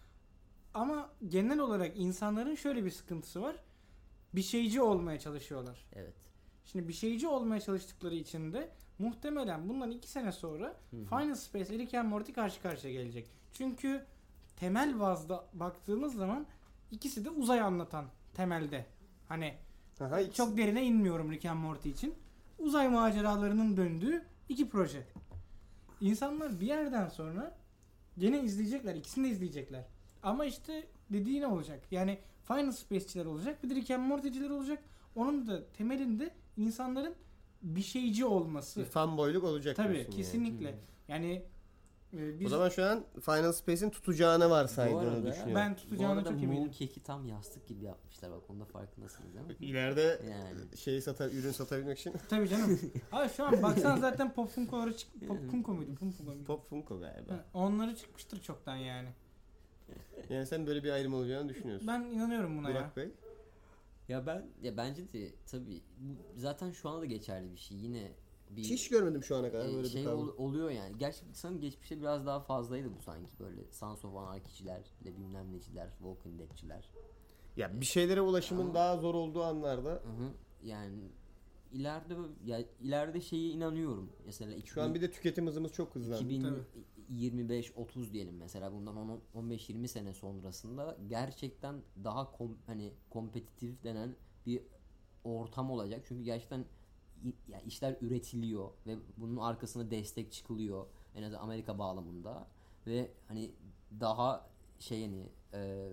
S4: Ama genel olarak insanların şöyle bir sıkıntısı var. Bir şeyci olmaya çalışıyorlar.
S3: evet.
S4: Şimdi bir şeyci olmaya çalıştıkları için de muhtemelen bundan iki sene sonra
S3: Hı hı.
S4: Final Space, Rick and Morty karşı karşıya gelecek. Çünkü temel bazda baktığımız zaman ikisi de uzay anlatan temelde. Hani
S2: Aha, ikisi-
S4: çok derine inmiyorum Rick and Morty için. Uzay maceralarının döndüğü iki proje. İnsanlar bir yerden sonra gene izleyecekler. İkisini de izleyecekler. Ama işte dediği ne olacak? Yani Final Space'çiler olacak. Bir de Rick and Morty'ciler olacak. Onun da temelinde insanların bir şeyci olması.
S2: bir fanboyluk olacak
S4: Tabii
S2: diyorsun yani.
S4: kesinlikle. Yani e, biz
S2: O zaman şu an Final Space'in tutacağını
S3: Bu
S2: varsaydığını
S3: arada-
S2: düşünüyorum.
S4: ben tutacağına
S3: Bu arada
S4: çok eminim.
S3: Mooncakes'i tam yastık gibi yapmışlar, bak onda farkındasınız değil mi?
S2: İleride
S3: Yani.
S2: şeyi sata, ürün satabilmek için
S4: Tabii canım. Abi şu an baksan zaten Pop Funko'ları çık Pop Funko muydu? Pop Funko muydu?
S2: Pop Funko galiba.
S4: Ha, onları çıkmıştır çoktan yani.
S2: Yani sen böyle bir ayrım olacağını düşünüyorsun.
S4: Ben inanıyorum buna ya.
S2: Burak Bey.
S3: Ya ben ya bence de tabii bu zaten şu anda da geçerli bir şey. Yine bir
S2: Hiç görmedim şu ana kadar
S3: e,
S2: böyle
S3: şey
S2: bir kavga.
S3: ol- oluyor yani. Gerçi sanırım geçmişte biraz daha fazlaydı bu sanki, böyle Sons of Anarchy'ciler, de bilmem neciler, Walking Dead'ciler.
S2: Ya bir şeylere ulaşımın
S3: Ama-
S2: daha zor olduğu anlarda
S3: Hı hı. Yani ileride ya ileride şeye inanıyorum. Mesela
S2: şu an bir de tüketim hızımız çok hızlandı.
S3: iki bin yirmi beş otuz diyelim mesela, bundan on on beş yirmi sene sonrasında gerçekten daha kom, hani kompetitif denen bir ortam olacak. Çünkü gerçekten i- ya işler üretiliyor ve bunun arkasına destek çıkılıyor. En azından Amerika bağlamında ve hani daha şey hani e,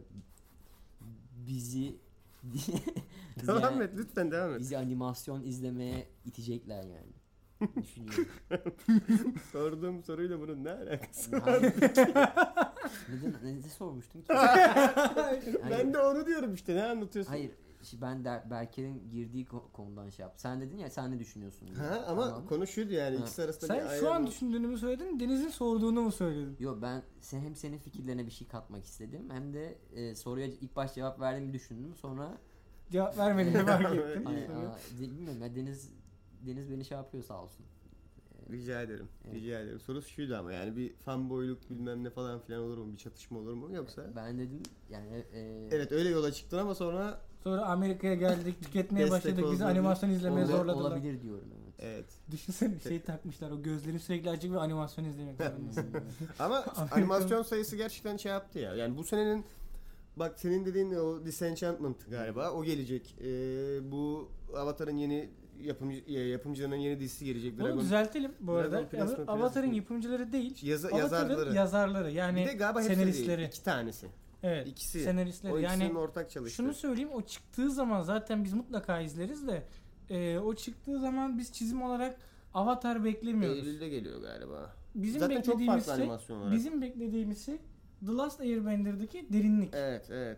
S3: bizi bizi
S2: Devam
S3: yani-
S2: et lütfen devam et.
S3: bizi animasyon izlemeye itecekler yani. Düşünüyorum.
S2: Sorduğum soruyla bunun ne alakası?
S3: Yani- Neden, ne, ne sormuştum ki?
S2: Ben de onu diyorum işte, ne anlatıyorsun?
S3: Hayır. şi- Ben de Berker'in girdiği ko- konudan şey yaptım. Sen dedin ya, sen ne düşünüyorsun diye.
S2: Ha, ama
S3: Tamam.
S2: konu şuydu yani,
S3: Ha.
S2: ikisi arasında bir
S4: Sen
S2: ayrım.
S4: şu an düşündüğünü mü söyledin, Deniz'in sorduğunu mu söyledin?
S3: Yo, ben sen, hem senin fikirlerine bir şey katmak istedim hem de e, soruya ilk baş cevap verdiğimi düşündüm. Sonra
S4: Cevap vermediğini fark ettin.
S3: Ay, aa, de- bilmiyorum ya, Deniz Deniz beni şey yapıyor sağ olsun.
S2: Rica ederim.
S3: Evet.
S2: Rica ederim. Sorusu şuydu ama yani bir fanboyluk bilmem ne falan filan olur mu? Bir çatışma olur mu? Yoksa?
S3: Ben dedim yani e,
S2: Evet öyle yola çıktın ama sonra
S4: Sonra Amerika'ya geldik, tüketmeye
S2: Destek
S4: başladık, bizi
S2: oldu.
S4: animasyon izlemeye
S3: ola-
S4: zorladılar.
S3: olabilir diyorum, evet.
S2: evet.
S4: Düşünsene bir şey takmışlar, o gözleri sürekli açık ve animasyon izlemek zorundasın.
S2: Ama
S4: Amerika-
S2: animasyon sayısı gerçekten şey yaptı ya. Yani bu senenin, bak senin dediğin o Disenchantment galiba o gelecek. Ee, bu Avatar'ın yeni yapımcı yapımcılarının yeni dizisi gelecek.
S4: Onu
S2: Dragon.
S4: düzeltelim bu arada.
S2: Dragon Plasma
S4: Avatar'ın
S2: Plasma.
S4: yapımcıları değil,
S2: Yaza-
S4: Avatar'ın
S2: yazarları.
S4: yazarları. Yani
S2: Bir de galiba hepsi
S4: senaristleri.
S2: değil. İki tanesi.
S4: Evet.
S2: İkisi.
S4: Senaristleri.
S2: O ikisinin
S4: Yani
S2: ortak çalıştığı.
S4: şunu söyleyeyim, o çıktığı zaman zaten biz mutlaka izleriz de e, o çıktığı zaman biz çizim olarak Avatar beklemiyoruz.
S2: Eylül'de geliyor galiba.
S4: Bizim
S2: Zaten çok
S4: beklediğimiz
S2: farklı
S4: şey,
S2: animasyon olarak.
S4: bizim beklediğimiz şey The Last Airbender'daki derinlik.
S2: Evet evet.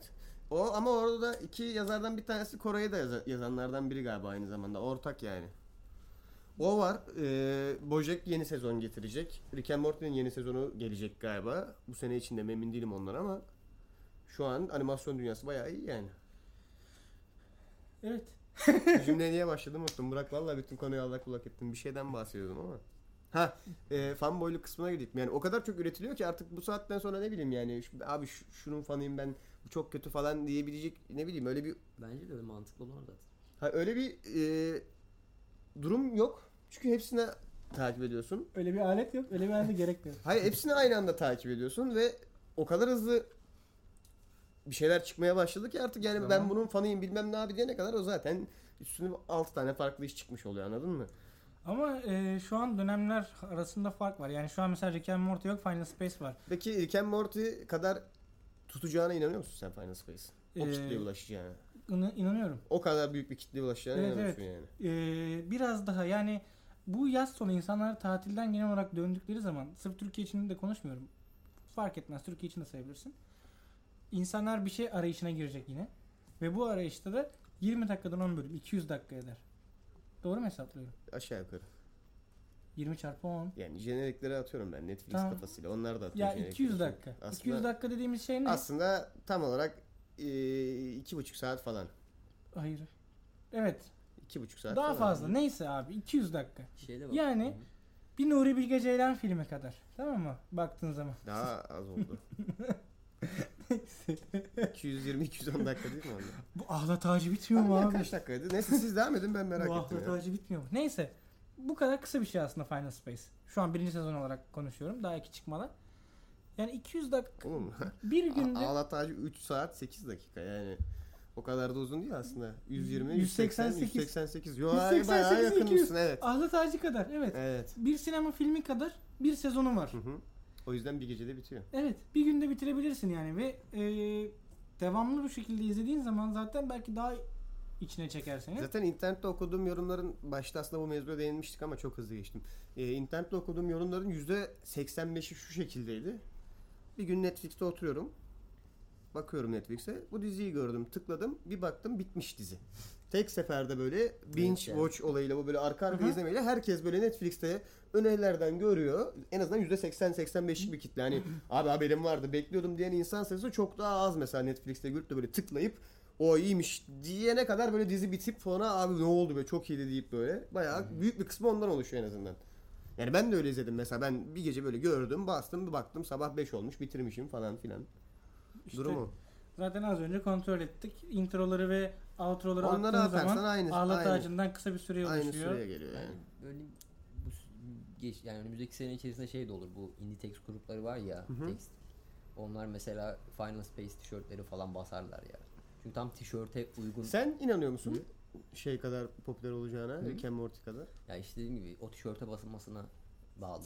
S2: O ama orada da iki yazardan bir tanesi Kore'ye de yaza- yazanlardan biri galiba aynı zamanda. Ortak yani. O var. Ee, Bojack yeni sezon getirecek. Rick and Morty'nin yeni sezonu gelecek galiba. Bu sene içinde mi emin değilim ondan ama şu an animasyon dünyası bayağı iyi yani.
S4: Evet.
S2: Bu cümleye niye başladım unuttum. Burak vallahi bütün konuyu allak bullak ettim. Bir şeyden bahsediyordum ama. Ha, e, fanboyluk kısmına girdik. Yani o kadar çok üretiliyor ki artık bu saatten sonra ne bileyim yani şu- abi şu- şunun fanıyım ben, bu çok kötü falan diyebilecek ne bileyim öyle bir
S3: Bence de öyle mantıklı olan zaten.
S2: ha, öyle bir e, durum yok. Çünkü hepsine takip ediyorsun.
S4: Öyle bir alet yok. Öyle bir alete gerek de yok.
S2: Hayır, hepsini aynı anda takip ediyorsun ve o kadar hızlı bir şeyler çıkmaya başladı ki artık yani
S4: Tamam.
S2: ben bunun fanıyım bilmem ne abi diyene kadar o zaten üstüne altı tane farklı iş çıkmış oluyor, anladın mı?
S4: Ama e, şu an dönemler arasında fark var. Yani şu an mesela Rick and Morty yok, Final Space var.
S2: Peki Rick and Morty kadar tutacağına inanıyor musun sen Final Space'in? O
S4: Ee,
S2: kitleye ulaşacağına.
S4: İna- İnanıyorum.
S2: O kadar büyük bir kitleye ulaşacağına
S4: Evet,
S2: inanıyorsun yani.
S4: Ee, biraz daha yani bu yaz sonu insanlar tatilden genel olarak döndükleri zaman, sırf Türkiye için de konuşmuyorum. Fark etmez, Türkiye için de sayabilirsin. İnsanlar bir şey arayışına girecek yine. Ve bu arayışta da yirmi dakikadan on bölüm, iki yüz dakika eder. Doğru mu hesaplıyorum?
S2: Aşağı yukarı.
S4: yirmi çarpı on.
S2: Yani jenerikleri atıyorum ben Netflix
S4: Tamam.
S2: kafasıyla. Onlar da atıyor
S4: Ya
S2: jenerikleri.
S4: iki yüz dakika.
S2: Aslında,
S4: iki yüz dakika dediğimiz şey ne?
S2: aslında tam olarak e, iki buçuk saat falan.
S4: Hayır. Evet.
S2: iki buçuk saat
S4: Daha
S2: falan.
S4: fazla. Neyse abi, iki yüz dakika.
S3: Şeyde bak.
S4: Yani-
S3: Hı hı.
S4: Bir Nuri Bilge Ceylan filmi kadar. Tamam mı? Baktığın zaman.
S2: Daha az oldu. iki yüz yirmi iki yüz on dakika değil mi onda?
S4: Bu ahlat ağacı bitmiyor mu
S2: Ya
S4: abi?
S2: kaç dakikaydı? Neyse siz devam edin, ben merak
S4: Bu
S2: ettim
S4: ahlat
S2: ya.
S4: ağacı bitmiyor mu? Neyse. Bu kadar kısa bir şey aslında Final Space. Şu an birinci sezon olarak konuşuyorum. Daha iki çıkmalı. Yani iki yüz dakika.
S2: Oğlum
S4: Bir günde
S2: Ağlat Ağacı üç saat sekiz dakika yani. O kadar da uzun değil aslında. yüz yirmi,
S4: yüz
S2: yüz seksen,
S4: seksen sekiz.
S2: yüz seksen sekiz. Yo,
S4: yüz seksen
S2: bayağı
S4: sekiz,
S2: yakın
S4: iki yüz.
S2: mısın? Evet.
S4: ahlat ağacı kadar. Evet.
S2: Evet.
S4: Bir sinema filmi kadar bir sezonu var.
S2: Hı hı. O yüzden bir gecede bitiyor.
S4: Evet. Bir günde bitirebilirsin yani ve e, devamlı bu şekilde izlediğin zaman zaten belki daha içine çeker seni.
S2: Zaten internette okuduğum yorumların, başta aslında bu mevzuya değinmiştik ama çok hızlı geçtim. Ee, internette okuduğum yorumların yüzde seksen beşi şu şekildeydi. Bir gün Netflix'te oturuyorum. Bakıyorum Netflix'e. Bu diziyi gördüm. Tıkladım. Bir baktım bitmiş dizi. Tek seferde böyle binge
S3: yani.
S2: watch olayıyla, bu böyle arka
S4: Hı
S2: arka
S4: hı.
S2: izlemeyle herkes böyle Netflix'te önerilerden görüyor. En azından yüzde seksen seksen beşlik bir kitle. Hani abi haberim vardı, bekliyordum diyen insan sayısı çok daha az mesela Netflix'te görüp de böyle tıklayıp o iyiymiş diyene kadar böyle dizi bitip sonra abi ne oldu be çok iyiydi deyip böyle bayağı büyük bir kısmı ondan oluşuyor en azından. Yani ben de öyle izledim mesela, ben bir gece böyle gördüm, bastım, bir baktım sabah beş olmuş, bitirmişim falan filan.
S4: İşte
S2: Durumu.
S4: zaten az önce kontrol ettik. Introları ve outroları
S2: Onları
S4: attığın
S2: atarsan
S4: zaman
S2: aynı-
S4: ahlat
S2: aynı.
S4: ağacından kısa bir süre
S2: Aynı
S4: oluşuyor.
S2: süreye geliyor yani.
S3: Yani böyle bu s- geç, yani önümüzdeki sene içerisinde şey de olur. Bu indie text grupları var ya,
S2: Hı hı.
S3: text. Onlar mesela Final Space tişörtleri falan basarlar ya. Çünkü tam tişörte uygun.
S2: Sen inanıyor musun şey kadar popüler olacağına,
S3: Hı.
S2: Rick and Morty kadar?
S3: Ya işte dediğim gibi o tişörte basılmasına bağlı.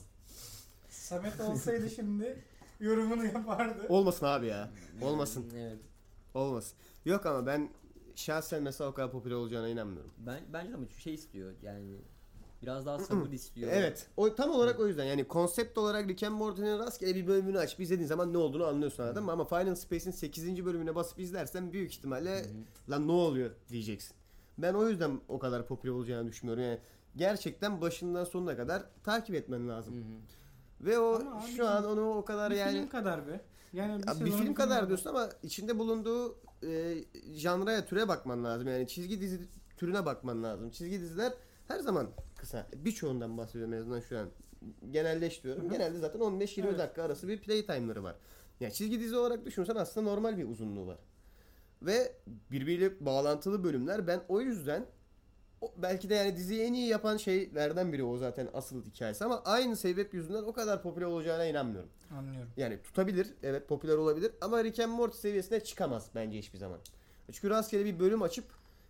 S4: Samet olsaydı şimdi yorumunu yapardı.
S2: Olmasın abi ya. Olmasın.
S3: Evet.
S2: Olmasın. Yok ama ben şahsen mesela o kadar popüler olacağına inanmıyorum.
S3: Ben bence de ama şey istiyor yani biraz daha sabır istiyor.
S2: Evet. O tam olarak o yüzden yani konsept olarak Rick and Morty'nin rastgele bir bölümünü açıp izlediğin zaman ne olduğunu anlıyorsun, anladın mı? Ama Final Space'in sekizinci bölümüne basıp izlersen büyük ihtimalle lan ne oluyor diyeceksin. Ben o yüzden o kadar popüler olacağını düşünmüyorum. Yani gerçekten başından sonuna kadar takip etmen lazım.
S3: Hı hı.
S2: Ve o
S4: Ama abi
S2: şu an onu o kadar
S4: bir
S2: yani
S4: film kadar be. Yani
S2: Ya bir
S4: sezonun
S2: film kadar
S4: kadar.
S2: diyorsun ama içinde bulunduğu e, janraya, türe bakman lazım. Yani çizgi dizi türüne bakman lazım. Çizgi diziler her zaman kısa. Birçoğundan bahsediyorum en azından şu an. Genelleştiriyorum. Genelde zaten on beş yirmi
S4: Evet.
S2: dakika arası bir playtime'ları var. Yani çizgi dizi olarak düşünürsen aslında normal bir uzunluğu var. Ve birbiriyle bağlantılı bölümler. Ben o yüzden o, belki de yani diziyi en iyi yapan şeylerden biri o zaten asıl hikayesi, ama aynı sebep yüzünden o kadar popüler olacağına inanmıyorum.
S4: Anlıyorum.
S2: Yani tutabilir, evet popüler olabilir ama Rick and Morty seviyesine çıkamaz bence hiçbir zaman. Çünkü rastgele bir bölüm açıp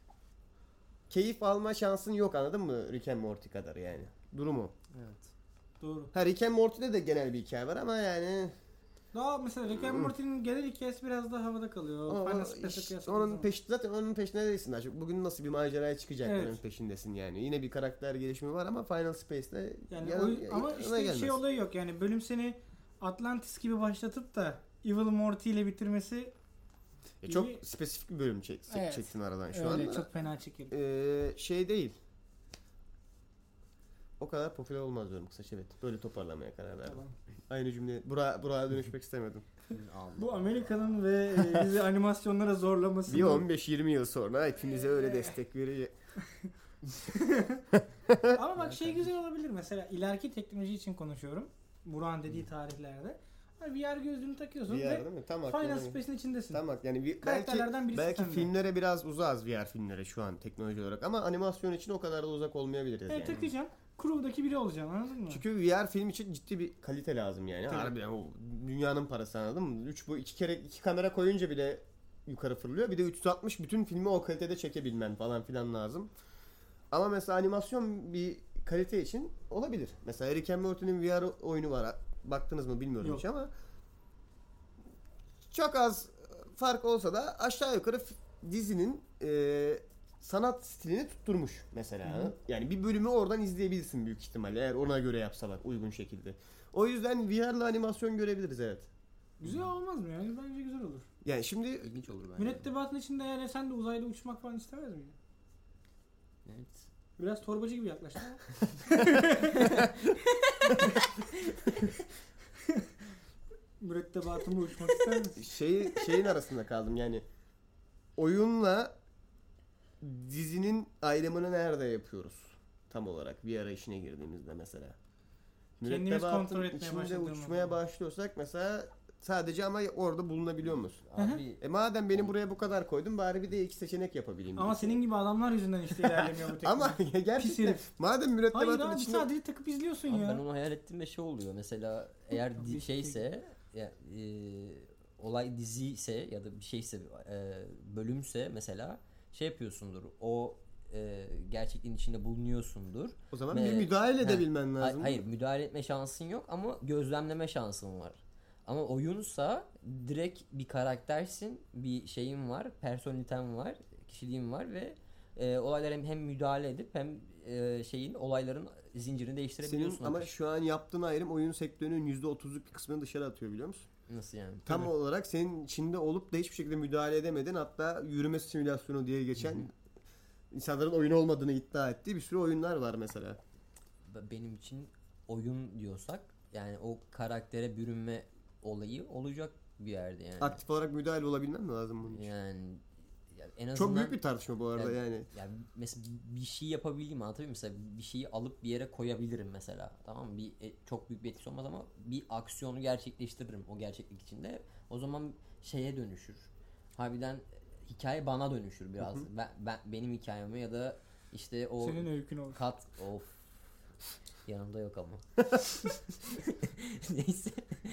S2: keyif alma şansın yok, anladın mı, Rick and Morty kadar yani. Durumu.
S3: Evet.
S4: Doğru.
S2: Ha, Rick and Morty'de de genel bir hikaye var ama yani
S4: Daha mesela Rick and Morty'nin genel hikayesi biraz daha havada kalıyor.
S2: o,
S4: Final
S2: o
S4: Space'e
S2: iş-
S4: kıyasladığın
S2: onun
S4: zaman.
S2: peş, zaten onun peşinde değilsin daha çok. Bugün nasıl bir maceraya çıkacakların
S4: Evet.
S2: peşindesin yani. Yine bir karakter gelişimi var ama Final Space'te
S4: Yani
S2: yan-
S4: o-
S2: yan-
S4: ama
S2: yanına
S4: işte
S2: gelmez.
S4: şey olayı yok yani bölüm seni Atlantis gibi başlatıp da Evil Morty ile bitirmesi
S2: E, çok
S4: İyi.
S2: spesifik bir bölüm çek,
S4: Evet.
S2: çektin aradan şu
S4: Öyle
S2: anda.
S4: çok fena çekildi.
S2: Ee, şey değil. O kadar popüler olmaz diyorum kısaca, evet. Böyle toparlamaya karar verdim.
S4: Tamam.
S2: Aynı cümle. Bura, buraya dönüşmek istemedim.
S3: Allah.
S4: Bu Amerika'nın ve e, bizi animasyonlara zorlaması.
S2: Bir on beş yirmi yıl sonra hepinize öyle destek verecek.
S4: Ama bak şey güzel olabilir mesela ileriki teknoloji için konuşuyorum. Burak'ın dediği tarihlerde. Hani V R gözlüğünü takıyorsun
S2: V R
S4: ve
S2: değil mi? Tam
S4: Final
S2: aklıma.
S4: Space'in içindesin.
S2: Tam ak- yani bir- belki
S4: Karakterlerden birisi
S2: belki
S4: sende.
S2: filmlere biraz uzağız, V R filmlere şu an teknoloji olarak, ama animasyon için o kadar da uzak olmayabiliriz
S4: Evet
S2: yani.
S4: takacaksın. Crew'daki biri olacaksın anladın mı?
S2: Çünkü V R film için ciddi bir kalite lazım yani.
S4: Tabii.
S2: Harbiden o dünyanın parası, anladın mı? Üç bu iki kere iki kamera koyunca bile yukarı fırlıyor. Bir de üç yüz altmış bütün filmi o kalitede çekebilmen falan filan lazım. Ama mesela animasyon bir kalite için olabilir. Mesela Rick and Morty'nin V R oyunu var. Baktınız mı bilmiyorum
S4: Yok.
S2: hiç ama çok az fark olsa da aşağı yukarı f- dizinin e, sanat stilini tutturmuş mesela.
S4: Hı hı.
S2: Yani bir bölümü oradan izleyebilirsin büyük ihtimalle eğer ona göre yapsalar uygun şekilde. O yüzden V R'la animasyon görebiliriz, evet.
S4: Güzel olmaz mı yani? Bence güzel olur.
S2: Yani şimdi
S3: İlginç olur bence.
S4: Mürettebatın içinde yani sen de uzayda uçmak falan istemez miydin?
S3: Evet.
S4: Biraz torbacı gibi yaklaştın ama. Mürettebatımla uçmak ister misin?
S2: şey şeyin arasında kaldım yani oyunla dizinin ayrımını nerede yapıyoruz tam olarak V R işine girdiğimizde mesela.
S4: Kendimiz
S2: Mürettebatın
S4: kontrol etmeye
S2: içinde
S4: başladığımız
S2: uçmaya
S4: zaman.
S2: başlıyorsak mesela sadece ama orada bulunabiliyor musun?
S3: Abi
S2: E madem beni buraya bu kadar koydun bari bir de iki seçenek yapabileyim.
S4: Ama senin gibi adamlar yüzünden işte ilerlemiyor bu teknoloji.
S2: ama
S4: Pis
S2: gerçekten
S4: herif.
S2: madem
S4: Hayır
S2: mürettebatın
S4: abi
S2: içinde
S4: sadece takıp izliyorsun
S3: Abi
S4: ya.
S3: ben onu hayal ettiğimde şey oluyor. Mesela eğer di-
S4: Tabii
S3: şeyse ya, e, olay dizi ise ya da bir şeyse e, bölümse mesela şey yapıyorsundur. O e, gerçekliğin içinde bulunuyorsundur.
S2: o zaman
S3: Ve-
S2: bir müdahale
S3: He.
S2: edebilmen
S3: Hay-
S2: lazım.
S3: Hayır, müdahale etme şansın yok ama gözlemleme şansın var. Ama oyunsa direkt bir karaktersin, bir şeyin var, personeliten var, kişiliğin var ve e, olaylara hem, hem müdahale edip hem e, şeyin olayların zincirini değiştirebiliyorsun.
S2: Senin ama
S3: akış.
S2: şu an yaptığın ayrım oyun sektörünün yüzde otuzluk bir kısmını dışarı atıyor, biliyor musun?
S3: Nasıl yani?
S2: Tam
S4: Tabii.
S2: olarak senin içinde olup da hiçbir şekilde müdahale edemedin, hatta yürüme simülasyonu diye geçen insanların oyun olmadığını iddia ettiği bir sürü oyunlar var mesela.
S3: Be- Benim için oyun diyorsak yani o karaktere bürünme olayı olacak bir yerde yani.
S2: Aktif olarak müdahale olabilmen mi lazım bunun için?
S3: Yani ya en azından
S2: Çok büyük bir tartışma bu arada
S3: Yani-
S2: yani.
S3: yani mesela bir şey yapabileyim anlatabiliyor muyum? Mesela bir şeyi alıp bir yere koyabilirim mesela. Tamam mı? Bir e, çok büyük bir etkisi olmaz ama bir aksiyonu gerçekleştiririm o gerçeklik içinde. O zaman şeye dönüşür. Harbiden hikaye bana dönüşür biraz. Ben, ben benim hikayeme ya da işte o
S4: Senin öykün olur.
S3: kat of yanımda yok ama. Neyse.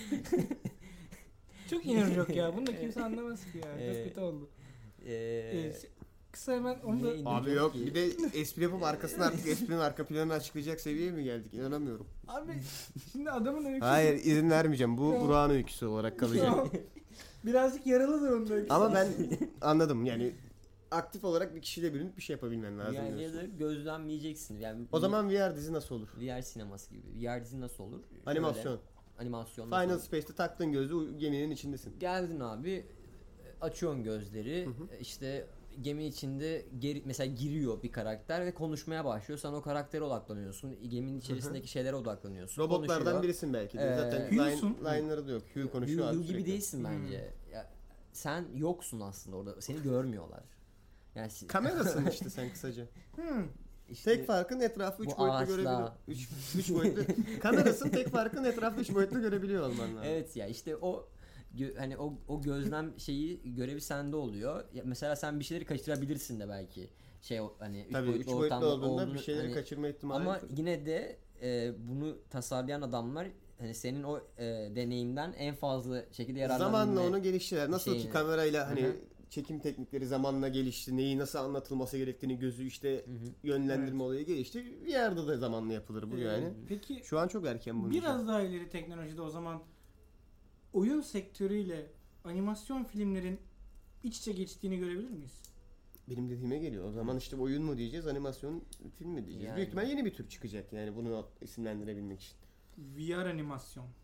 S4: Çok inir yok ya. Bunu da kimse anlamaz ki ya.
S3: Ee,
S4: Çok kötü oldu.
S3: Ee,
S4: Ee, kısa hemen onu da...
S3: ne inir
S2: Abi yok
S3: ki?
S2: bir de espri yapıp arkasına artık esprinin arka planını açıklayacak seviyeye mi geldik? İnanamıyorum.
S4: Abi şimdi adamın öyküsü...
S2: Hayır, izin vermeyeceğim. Bu
S4: Ya.
S2: Burak'ın öyküsü olarak kalacak.
S4: Ya, birazcık yaralıdır onun öyküsü.
S2: Ama ben anladım yani aktif olarak bir kişiyle bürünüp bir şey yapabilmen lazım
S3: Yani ya
S2: diyorsun.
S3: da gözlemleyeceksin. Yani
S2: O zaman V R dizi nasıl olur?
S3: V R sineması gibi. V R dizi nasıl olur? Şöyle,
S2: Animasyon.
S3: animasyon nasıl
S2: Final
S3: olur?
S2: Space'te taktığın gözü u- geminin içindesin.
S3: Geldin abi, açıyorsun gözleri. İşte gemi içinde geri, mesela giriyor bir karakter ve konuşmaya başlıyor. Sen o karaktere odaklanıyorsun. Geminin içerisindeki şeylere odaklanıyorsun.
S2: Robotlardan
S3: Konuşuyor.
S2: birisin belki de.
S3: Ee,
S2: Zaten line,
S4: Hugh'sun.
S2: line'ları da yok. Hugh
S3: Hugh,
S2: konuşuyor abi
S3: Hugh gibi
S2: sürekli.
S3: değilsin bence. Ya, sen yoksun aslında orada. Seni görmüyorlar. Yani si-
S2: Kamerasın işte sen kısaca.
S4: Hmm.
S3: işte
S2: Tek farkın etrafı üç
S3: bu
S2: boyutlu
S3: ağaçlar.
S2: görebiliyor. üç üç boyutlu. Kamerasın, tek farkın etrafı üç boyutlu görebiliyor olman lazım.
S3: evet ya işte o gö- hani o o gözlem şeyi görevi sende oluyor. Ya mesela sen bir şeyleri kaçırabilirsin de belki. Şey o- hani üç
S2: Tabii üç boyutlu
S3: ortamda
S2: olduğunda
S3: olduğunu-
S2: bir şeyleri
S3: hani-
S2: kaçırma ihtimali
S3: ama
S2: yok.
S3: yine de e, bunu tasarlayan adamlar hani senin o e, deneyimden en fazla şekilde yararlanabilme.
S2: Zamanla onu geliştiler. Nasıl ki
S3: şeyini-
S2: kamerayla hani
S3: Hı hı.
S2: çekim teknikleri zamanla gelişti. Neyi nasıl anlatılması gerektiğini gözü işte yönlendirme olayı gelişti. Bir yerde de zamanla yapılır bu
S4: Ee,
S2: yani.
S4: Peki
S2: Şu an çok erken bunun
S4: biraz
S2: için.
S4: daha ileri teknolojide o zaman oyun sektörüyle animasyon filmlerin iç içe geçtiğini görebilir miyiz?
S2: Benim dediğime geliyor. O zaman işte oyun mu diyeceğiz, animasyon film mi diyeceğiz?
S3: Yani.
S2: Büyük ihtimal yeni bir tür çıkacak yani bunu isimlendirebilmek için.
S4: V R animasyon.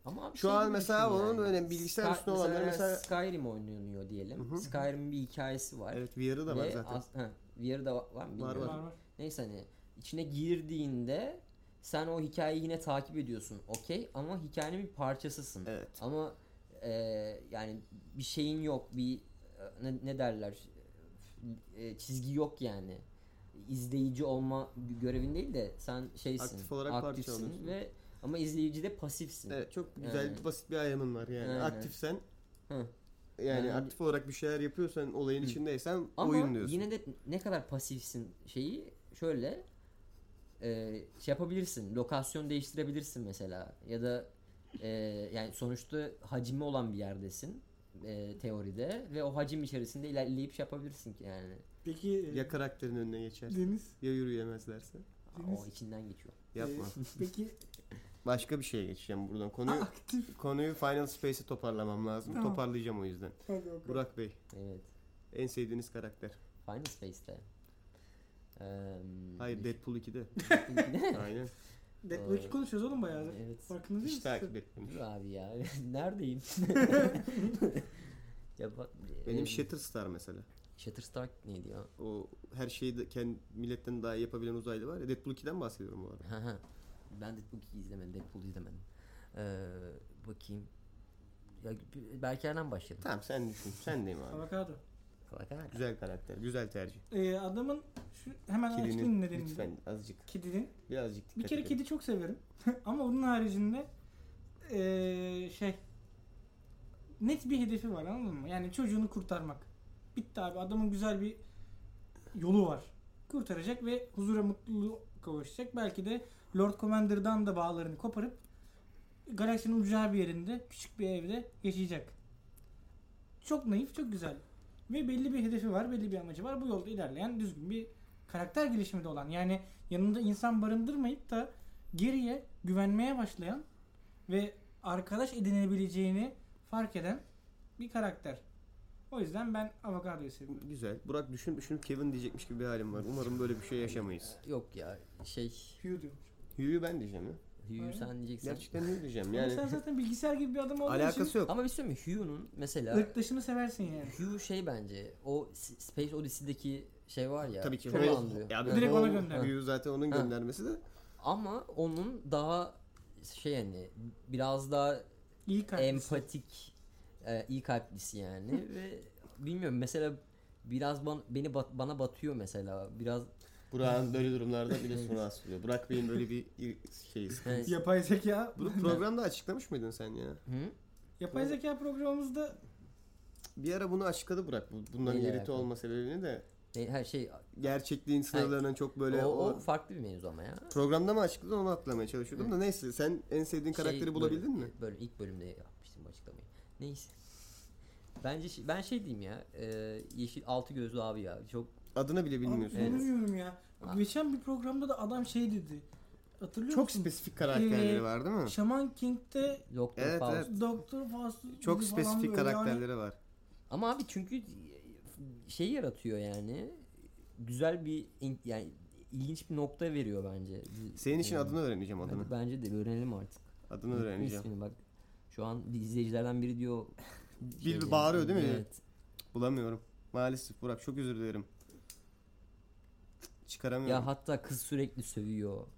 S3: Ama abi
S2: Şu
S3: şey
S2: an
S3: gibi
S2: mesela
S3: düşün
S2: onun
S3: yani.
S2: öyle bilgisayar
S3: Sky-
S2: üstüne olanları mesela-
S3: Skyrim oynanıyor diyelim.
S2: Hı hı.
S3: Skyrim'in bir hikayesi var.
S2: Evet, V R'ı da var
S3: Ve
S2: zaten.
S3: as- ha, V R'da var, var mı
S2: Var,
S3: bilmiyorum.
S4: Var var.
S3: Neyse hani içine girdiğinde sen o hikayeyi yine takip ediyorsun. Okey, ama hikayenin bir parçasısın.
S2: Evet.
S3: Ama e, yani bir şeyin yok, bir e, ne, ne derler, E, çizgi yok yani. İzleyici olma görevin değil de sen şeysin,
S2: Aktif olarak parça
S3: aktifsin
S2: alıyorsun.
S3: ve ama izleyici de pasifsin.
S2: Evet, çok güzel
S3: Yani.
S2: basit bir ayrımın var yani.
S3: Aynen.
S2: Aktifsen
S3: Hı.
S2: yani,
S3: Yani-
S2: aktif olarak bir şeyler yapıyorsan, olayın
S3: Hı.
S2: içindeysen
S3: Ama
S2: oyun diyorsun.
S3: yine de ne kadar pasifsin şeyi şöyle e, şey yapabilirsin, lokasyon değiştirebilirsin mesela ya da e, yani sonuçta hacmi olan bir yerdesin e, teoride ve o hacim içerisinde ilerleyip şey yapabilirsin ki yani.
S4: Peki e,
S2: Ya karakterin önüne geçer,
S4: Deniz.
S2: ya yürüyemezlerse.
S3: O içinden geçiyor.
S2: Yapma.
S4: e, peki
S2: Başka bir şeye geçeceğim buradan. Konuyu
S4: aktif.
S2: konuyu Final Space'e toparlamam lazım.
S4: Tamam.
S2: Toparlayacağım o yüzden.
S4: Hadi bakalım.
S2: Burak Bey,
S3: Evet.
S2: en sevdiğiniz karakter.
S3: Final Space'te. Eee,
S2: Hayır, Deadpool ikide. Aynen.
S4: Deadpool iki konuşuyoruz oğlum bayağı.
S3: Evet.
S4: Farkında değil
S2: Hiç
S4: misin?
S2: takip etmemiş.
S3: Dur abi ya. Neredeyim? ya bak,
S2: Benim
S3: eee,
S2: Shatterstar mesela.
S3: Shatterstar neydi ya?
S2: O her şeyi de kendi milletten daha iyi yapabilen uzaylı var ya. Deadpool ikiden bahsediyorum bu arada.
S3: Ha ha. Ben Deadpool ikiyi izlemedim. Deadpool izlemedim. Ee, bakayım. Ya Berker'den başlayalım.
S2: Tamam, sen düşün. Sendeyim abi.
S4: Avokado.
S3: Avokado.
S2: Güzel karakter. Güzel tercih.
S4: Ee, adamın şu hemen açıklayayım
S2: Kedinin
S4: nedenini.
S2: lütfen azıcık.
S4: Kedinin.
S2: Birazcık dikkat
S4: Bir kere
S2: edin.
S4: kedi çok severim. Ama bunun haricinde ee, şey net bir hedefi var, anladın mı? Yani çocuğunu kurtarmak. Bitti abi. Adamın güzel bir yolu var. Kurtaracak ve huzura, mutluluğu kavuşacak. Belki de Lord Commander'dan da bağlarını koparıp galaksinin ucağı bir yerinde küçük bir evde yaşayacak. Çok naif, çok güzel. Ve belli bir hedefi var, belli bir amacı var. Bu yolda ilerleyen düzgün bir karakter gelişimi de olan. Yani yanında insan barındırmayıp da geriye güvenmeye başlayan ve arkadaş edinebileceğini fark eden bir karakter. O yüzden ben Avocado'yu seviyorum.
S2: Güzel. Burak düşün, düşünüp Kevin diyecekmiş gibi bir halim var. Umarım böyle bir şey yaşamayız.
S3: Yok ya şey
S4: Hugh diyor.
S2: Hugh'yu ben diyeceğim ya.
S3: Hugh
S4: Aynen.
S3: sen diyeceksen.
S2: Gerçekten Hugh diyeceğim.
S4: Yani
S2: Yani
S4: sen zaten bilgisayar gibi bir adam olduğun için
S2: alakası yok.
S3: Ama bir şey söyleyeyim mi? Hugh'un mesela
S4: ırktaşını seversin yani.
S3: Hugh şey bence o S- Space Odyssey'deki şey var ya.
S2: Tabii ki.
S3: Çok
S2: Hugh-
S3: andırıyor.
S2: Ya
S3: Ha.
S4: Direkt ona
S2: Hugh-
S4: gönder.
S2: Hugh zaten onun
S3: Ha.
S2: göndermesi de.
S3: Ama onun daha şey yani biraz daha
S4: İyi kalpli.
S3: empatik, e, iyi kalplisi yani ve bilmiyorum mesela biraz ban- beni bat- bana batıyor mesela biraz.
S2: Burak'ın böyle durumlarda biliyorsun rahatsız oluyor. Burak Bey'in böyle bir şey.
S3: Evet.
S4: Yapay zeka.
S2: Bunu programda açıklamış mıydın sen ya?
S3: Hı?
S4: Yapay zeka programımızda
S2: Bir ara bunu açıkladı Burak. Bu- Bunların
S3: Neyle
S2: irite
S3: alakalı?
S2: olma sebebini de
S3: Ne- Her şey
S2: gerçekliğin sınırlarının çok böyle
S3: o,
S2: o,
S3: o farklı bir mevzu ama ya.
S2: programda mı açıkladın onu atlamaya çalışıyordum da neyse, sen en sevdiğin karakteri
S3: Şey,
S2: bulabildin
S3: böyle-
S2: mi?
S3: Böyle ilk bölümde yapmıştım bu açıklamayı. Neyse. Bence şey- ben şey diyeyim ya. E, yeşil altı gözlü abi ya. Çok
S2: Adını bile bilmiyorsun.
S4: Abi,
S3: Evet.
S4: bilmiyorum ya.
S3: Ah.
S4: Geçen bir programda da adam şey dedi. Hatırlıyor
S2: Çok
S4: musun?
S2: spesifik karakterleri
S4: Ee,
S2: var değil mi?
S4: Shaman King'de
S3: Doktor
S2: Evet,
S3: Faust.
S2: evet.
S4: Doktor Faust
S2: Çok
S4: gibi falan
S2: spesifik
S4: böyle
S2: karakterleri var.
S3: Ama abi çünkü şey yaratıyor yani. Güzel bir in- yani ilginç bir nokta veriyor bence.
S2: Senin için
S3: Yani-
S2: adını öğreneceğim adını.
S3: Hadi bence de öğrenelim artık.
S2: Adını
S3: Unuttum
S2: öğreneceğim.
S3: ismini bak. Şu an izleyicilerden biri diyor.
S2: Bir
S3: şey-
S2: bağırıyor değil mi?
S3: Evet.
S2: Bulamıyorum. Maalesef Burak, çok özür dilerim. Çıkaramıyorum.
S3: Ya hatta kız sürekli sövüyor.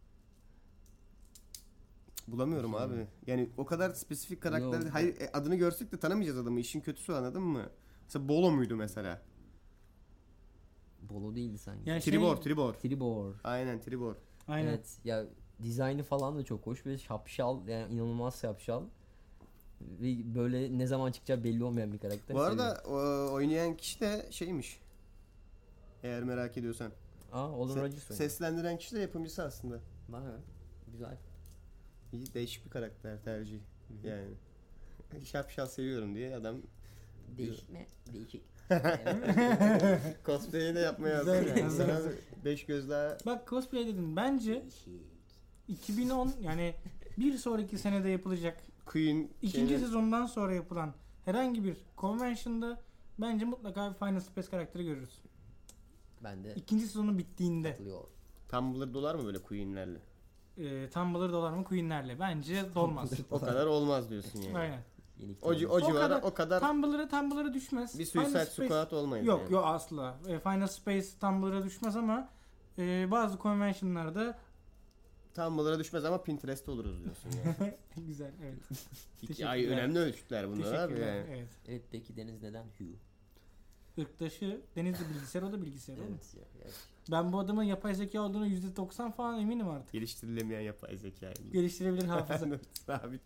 S2: Bulamıyorum
S3: Şey-
S2: abi. Yani o kadar spesifik karakter.
S3: Yok.
S2: Hayır, e, adını görsek de tanımayacağız adamı. İşin kötüsü, anladın mı? Mesela Bolo muydu mesela?
S3: Bolo değildi sanki.
S4: Yani
S2: Tribor,
S4: şey-
S2: Tribor.
S3: Tribor.
S2: Aynen, Tribor.
S4: Aynen.
S3: Evet ya dizaynı falan da çok hoş ve şapşal yani inanılmaz şapşal. Ve böyle ne zaman çıkacağı belli olmayan bir karakter.
S2: Bu arada o, oynayan kişi de şeymiş. Eğer merak ediyorsan.
S3: Aa, Olin
S2: Se-
S3: Rogers oynuyor.
S2: seslendiren kişi de yapımcısı aslında.
S3: Vay be. Güzel.
S2: İyi, değişik bir karakter tercihi. Yani. Şapşal seviyorum diye adam
S3: Değişik mi? Değişik.
S2: cosplay'i de yapmaya
S4: Güzel,
S2: hazır yani.
S4: güzel.
S2: Sana beş göz daha
S4: Bak cosplay dedin. Bence
S3: Değişik.
S4: iki bin on yani bir sonraki senede yapılacak
S2: Queen
S4: ikinci
S2: şeyini-
S4: sezondan sonra yapılan herhangi bir convention'da bence mutlaka bir Final Space karakteri görürüz.
S3: Ben de
S4: İkinci sezonun bittiğinde.
S3: katılıyor.
S2: Tumblr dolar mı böyle Queen'lerle?
S4: e, Tumblr dolar mı Queen'lerle? Bence dolmaz.
S2: O kadar olmaz diyorsun yani.
S4: Aynen.
S3: Yeni
S2: O, ci- o
S4: O
S2: civara
S4: kadar-
S2: o kadar
S4: Tumblr'a Tumblr'a düşmez.
S2: bir
S4: Final
S2: Suicide
S4: Space-
S2: Squad olmayız
S4: Yok
S2: yani.
S4: yok asla. E, Final Space Tumblr'a düşmez ama e, bazı convention'larda
S2: Tumblr'a düşmez ama Pinterest'te oluruz diyorsun yani.
S4: güzel evet.
S2: Hikaye
S4: Teşekkürler.
S2: önemli ölçütler bunlar abi
S4: Teşekkürler.
S2: yani.
S4: Evet.
S3: Evet peki Deniz neden Hugh?
S4: Irktaşı Denizli bilgisayar o da bilgisayar oğlum.
S3: Evet ya. gerçi.
S4: Ben bu adamın yapay zeka olduğunu yüzde doksan falan eminim artık.
S2: Geliştirilemeyen yapay zekayı.
S4: Geliştirebilir hafıza.
S2: Sabit.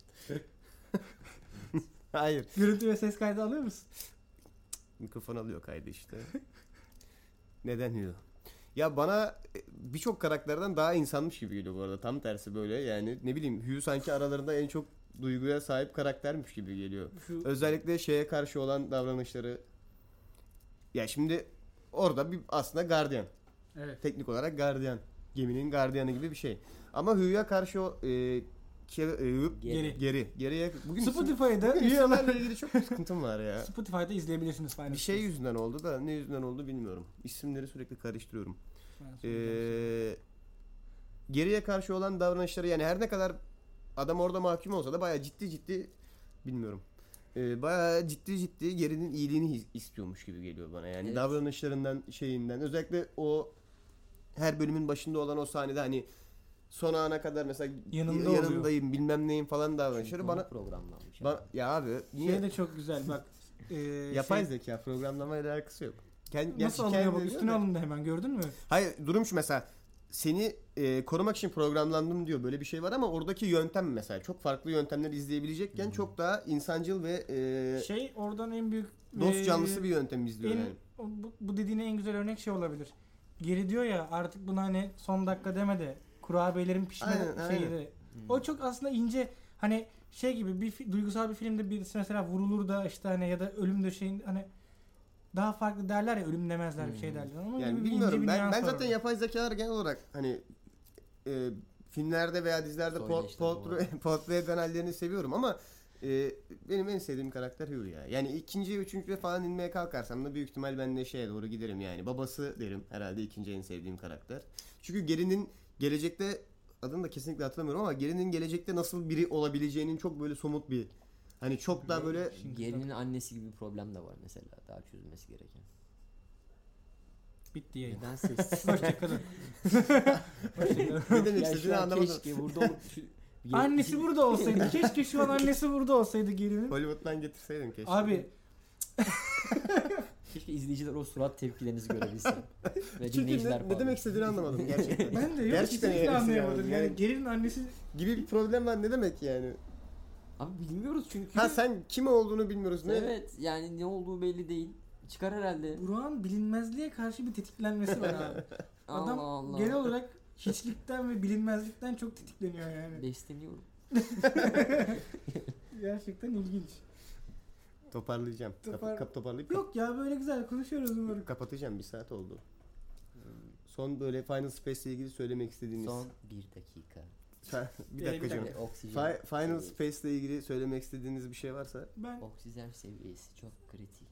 S2: Hayır.
S4: Görüntü ve ses kaydı alıyor musun?
S2: Mikrofon alıyor kaydı işte. Neden Hugh? Ya bana e, birçok karakterden daha insanmış gibi geliyor bu arada. Tam tersi böyle yani ne bileyim Hugh sanki aralarında en çok duyguya sahip karaktermiş gibi geliyor.
S4: Şu
S2: Özellikle şeye karşı olan davranışları. Ya şimdi orada bir aslında gardiyan.
S4: evet.
S2: Teknik olarak gardiyan. Geminin gardiyanı gibi bir şey. Ama Hugh'a karşı o e, ke- e,
S4: Geri.
S2: geri. Geriye bugün
S4: Spotify'da
S2: bugün isimlerle ilgili çok sıkıntım var ya.
S4: Spotify'da izleyebilirsiniz Final
S2: Bir şey
S4: Space.
S2: yüzünden oldu da ne yüzünden oldu bilmiyorum. İsimleri sürekli karıştırıyorum.
S4: Ben söyleyeceğim.
S2: Ee, geriye karşı olan davranışları yani her ne kadar adam orada mahkum olsa da bayağı ciddi ciddi bilmiyorum. Ee, bayağı ciddi ciddi gerinin iyiliğini his- istiyormuş gibi geliyor bana. Yani
S3: Evet.
S2: davranışlarından şeyinden özellikle o her bölümün başında olan o sahnede hani son ana kadar mesela
S4: Yanında
S2: yanındayım bilmem neyim falan
S3: Çünkü
S2: davranışları
S3: konu
S2: bana,
S3: programlanmış.
S2: bana ya abi niye
S4: Şey de çok güzel bak. E,
S2: yapay
S4: şey,
S2: zeka programlamayla alakası yok. Kendi,
S4: nasıl
S2: gerçi
S4: alınıyor bak
S2: kendi
S4: üstüne
S2: diyor da-
S4: alındı hemen gördün mü?
S2: Hayır durum şu mesela seni e, korumak için programlandım diyor böyle bir şey var ama oradaki yöntem mesela çok farklı yöntemler izleyebilecekken çok daha insancıl ve e,
S4: Şey oradan en büyük
S2: dost
S4: e,
S2: canlısı bir yöntem izliyor
S4: en,
S2: yani.
S4: o- bu, bu dediğine en güzel örnek şey olabilir. Geri diyor ya artık buna hani son dakika deme de kurabiyelerin pişme
S2: Aynen,
S4: şeyi
S2: aynen.
S4: de. O çok aslında ince hani şey gibi bir fi- duygusal bir filmde birisi mesela vurulur da işte hani ya da ölüm döşeğin hani daha farklı derler ya ölüm demezler bir şey derler. Onun
S2: Yani
S4: gibi bir ince
S2: bilmiyorum
S4: bir
S2: ben
S4: nüans
S2: ben
S4: var
S2: zaten
S4: orada.
S2: yapay zekalar genel olarak hani e, filmlerde veya dizilerde po-
S3: Soyleştirme
S2: portre portre eden hallerini seviyorum ama e, benim en sevdiğim karakter Hugh ya. Yani ikinci, üçüncü falan inmeye kalkarsam da büyük ihtimal ben de şeye doğru giderim yani. Babası derim herhalde ikinci en sevdiğim karakter. Çünkü Gary'nin gelecekte adını da kesinlikle hatırlamıyorum ama Gary'nin gelecekte nasıl biri olabileceğinin çok böyle somut bir hani çok daha böyle
S3: Gary'nin annesi gibi bir problem de var mesela daha çözülmesi gereken.
S4: Bitti yayın.
S3: Neden sessiz?
S4: Hoşçakalın. Hoşçakalın.
S2: ne demek
S3: Ya şu
S2: istediğini
S3: an
S2: anlamadım.
S3: keşke burada olup şu...
S4: Annesi burada olsaydı. Keşke şu an annesi burada olsaydı Gary'nin.
S2: Hollywood'dan getirseydin keşke.
S4: Abi
S3: Keşke izleyiciler o surat tepkilerinizi görebilse. Ve
S2: Çünkü
S3: dinleyiciler
S2: ne, ne
S3: falan.
S2: demek istediğini anlamadım gerçekten.
S4: ben de yok
S2: Gerçekten
S4: kesinlikle
S2: yani
S4: anlayamadım.
S2: yani.
S4: Yani Gary'nin annesi
S2: Gibi bir problem var ne demek yani?
S3: Abi bilmiyoruz çünkü.
S2: Ha sen kim olduğunu bilmiyoruz ne?
S3: Evet yani ne olduğu belli değil. Çıkar herhalde.
S4: Burak'ın bilinmezliğe karşı bir tetiklenmesi var abi. Adam
S3: Allah Allah.
S4: genel olarak hiçlikten ve bilinmezlikten çok tetikleniyor yani.
S3: Besleniyorum.
S4: Gerçekten ilginç.
S2: Toparlayacağım.
S4: Topar-
S2: Kap, kap toparlayıp
S4: Yok ya böyle güzel konuşuyoruz umarım.
S2: kapatacağım. Bir saat oldu. Son böyle Final Space ile ilgili söylemek istediğiniz.
S3: Son bir dakika.
S2: bir
S4: Ee,
S2: dakika
S4: bir
S2: canım.
S4: dakika.
S3: Oksijen.
S2: Fi- Final
S3: seviyesi.
S2: Space ile ilgili söylemek istediğiniz bir şey varsa
S4: Ben
S3: Oksijen seviyesi çok kritik.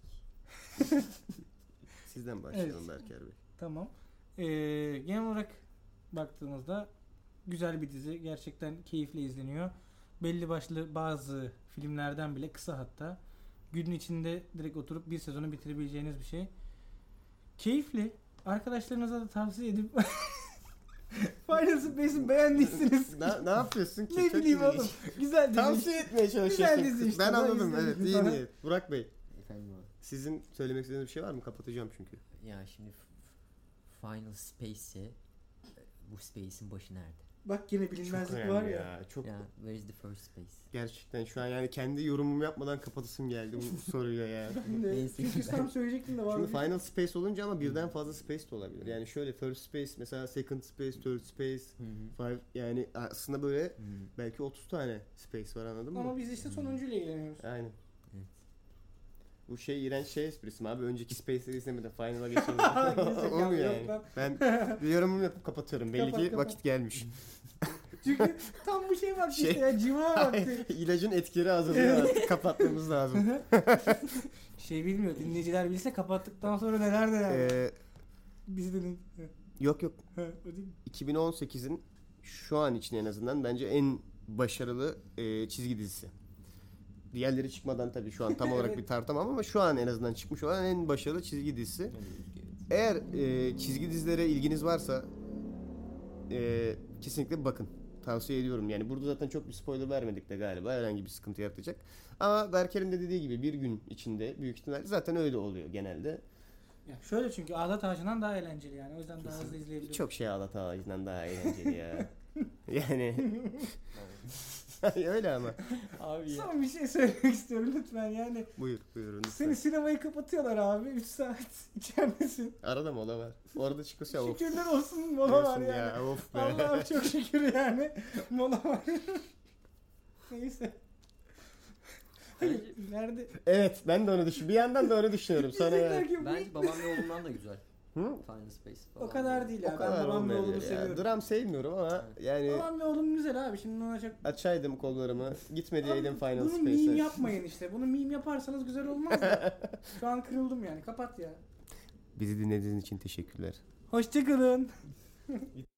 S2: sizden başlayalım
S4: Evet.
S2: Berker Bey.
S4: tamam. Ee, genel olarak baktığımızda güzel bir dizi. Gerçekten keyifle izleniyor. Belli başlı bazı filmlerden bile kısa hatta. Günün içinde direkt oturup bir sezonu bitirebileceğiniz bir şey. Keyifli. Arkadaşlarınıza da tavsiye edip Final Space'i beğendiyseniz
S2: ne, ne yapıyorsun ki?
S4: ne
S2: Çok
S4: bileyim
S2: ilginç.
S4: oğlum. Güzel dizi.
S2: Tavsiye etmeye
S4: Güzel
S2: çalışıyorsun.
S4: dizi işte.
S2: Ben
S4: Daha
S2: anladım
S4: izleyin
S2: evet iyi
S4: falan.
S2: niyet. Burak Bey
S3: Efendim abi.
S2: sizin söylemek istediğiniz bir şey var mı? Kapatacağım çünkü.
S3: Ya şimdi f- Final Space'e e, bu Space'in başı nerede?
S4: Bak yine bilinmezlik var ya.
S2: Çok
S3: Ya where is the first space?
S2: gerçekten şu an yani kendi yorumumu yapmadan kapatasım geldi bu soruya ya.
S4: Ben de-
S3: Neyse.
S4: Çünkü tam söyleyecektim de
S2: Şimdi
S4: vazgeçtim.
S2: Final Space olunca ama birden fazla Space de olabilir. Yani şöyle First Space mesela Second Space, Third Space,
S3: Hı hı.
S2: Five yani aslında böyle
S3: Hı.
S2: belki otuz tane Space var anladın mı?
S4: Ama biz işte sonuncuyla ilgileniyoruz.
S2: Aynen.
S3: Evet.
S2: Bu şey iğrenç şey esprisi mi abi? Önceki Space'leri izlemeden Final'a geçelim.
S4: Gerizekalı,
S2: O mu
S4: yok
S2: yani?
S4: lan.
S2: Ben bir yorumumu yapıp kapatıyorum. Belli
S4: Kapat,
S2: ki
S4: kapat.
S2: vakit gelmiş.
S4: Çünkü tam bu şey vakti
S2: Şey-
S4: işte ya cima vakti.
S2: İlacın etkileri hazırlıyor artık. Kapatmamız lazım.
S4: Şey bilmiyor dinleyiciler bilse kapattıktan sonra neler neler.
S2: Ee,
S4: Biz de
S2: yok yok.
S4: Ha, o değil mi?
S2: iki bin on sekizin şu an için en azından bence en başarılı e, çizgi dizisi. Diğerleri çıkmadan tabii şu an tam olarak
S4: Evet.
S2: bir tartamam ama şu an en azından çıkmış olan en başarılı çizgi dizisi.
S3: Ne diyoruz ki, evet.
S2: Eğer e, çizgi dizilere ilginiz varsa e, kesinlikle bakın. Tavsiye ediyorum. Yani burada zaten çok bir spoiler vermedik de galiba. Herhangi bir sıkıntı yaratacak. Ama Berker'in de dediği gibi bir gün içinde büyük ihtimalle zaten öyle oluyor genelde.
S4: Ya şöyle çünkü Ağlat Ağacı'ndan daha eğlenceli yani. O yüzden daha hızlı izleyebilirim.
S2: Çok şey Ağlat Ağacı'ndan daha eğlenceli ya. Yani öyle ama.
S3: Abi ya.
S4: Son bir şey söylemek istiyorum lütfen yani.
S2: Buyur buyurun lütfen.
S4: Seni sinemayı kapatıyorlar abi. üç saat içeridesin.
S2: Arada mola var. Orada çıkıyorsa of.
S4: Şükürler olsun mola var
S2: Diyorsun
S4: yani.
S2: ya, of be.
S4: Allah'ım çok şükür yani. Mola var. Neyse.
S3: Bence,
S4: Nerede?
S2: Evet ben de onu düşün. Bir yandan da onu düşünüyorum. Sonra
S4: Diyecekler
S2: ya.
S4: ki bu-
S3: bence babam ve oğlumdan da güzel.
S2: Hı?
S3: Final Space.
S4: O
S3: Babam
S4: kadar
S3: ve
S4: değil
S2: O
S4: ya. Ben
S2: kadar
S4: babam ve oğlumu
S2: olmayabilir ya.
S4: seviyorum.
S2: Dram sevmiyorum ama yani
S4: Babam ve oğlum güzel abi. Şimdi ona çok...
S2: açaydım kollarımı. Gitme diyeydim Final
S4: Bunu meme
S2: Space'e.
S4: yapmayın işte. Bunu meme yaparsanız güzel olmaz da. Şu an kırıldım yani. Kapat ya.
S2: Bizi dinlediğiniz için teşekkürler.
S4: Hoşçakalın.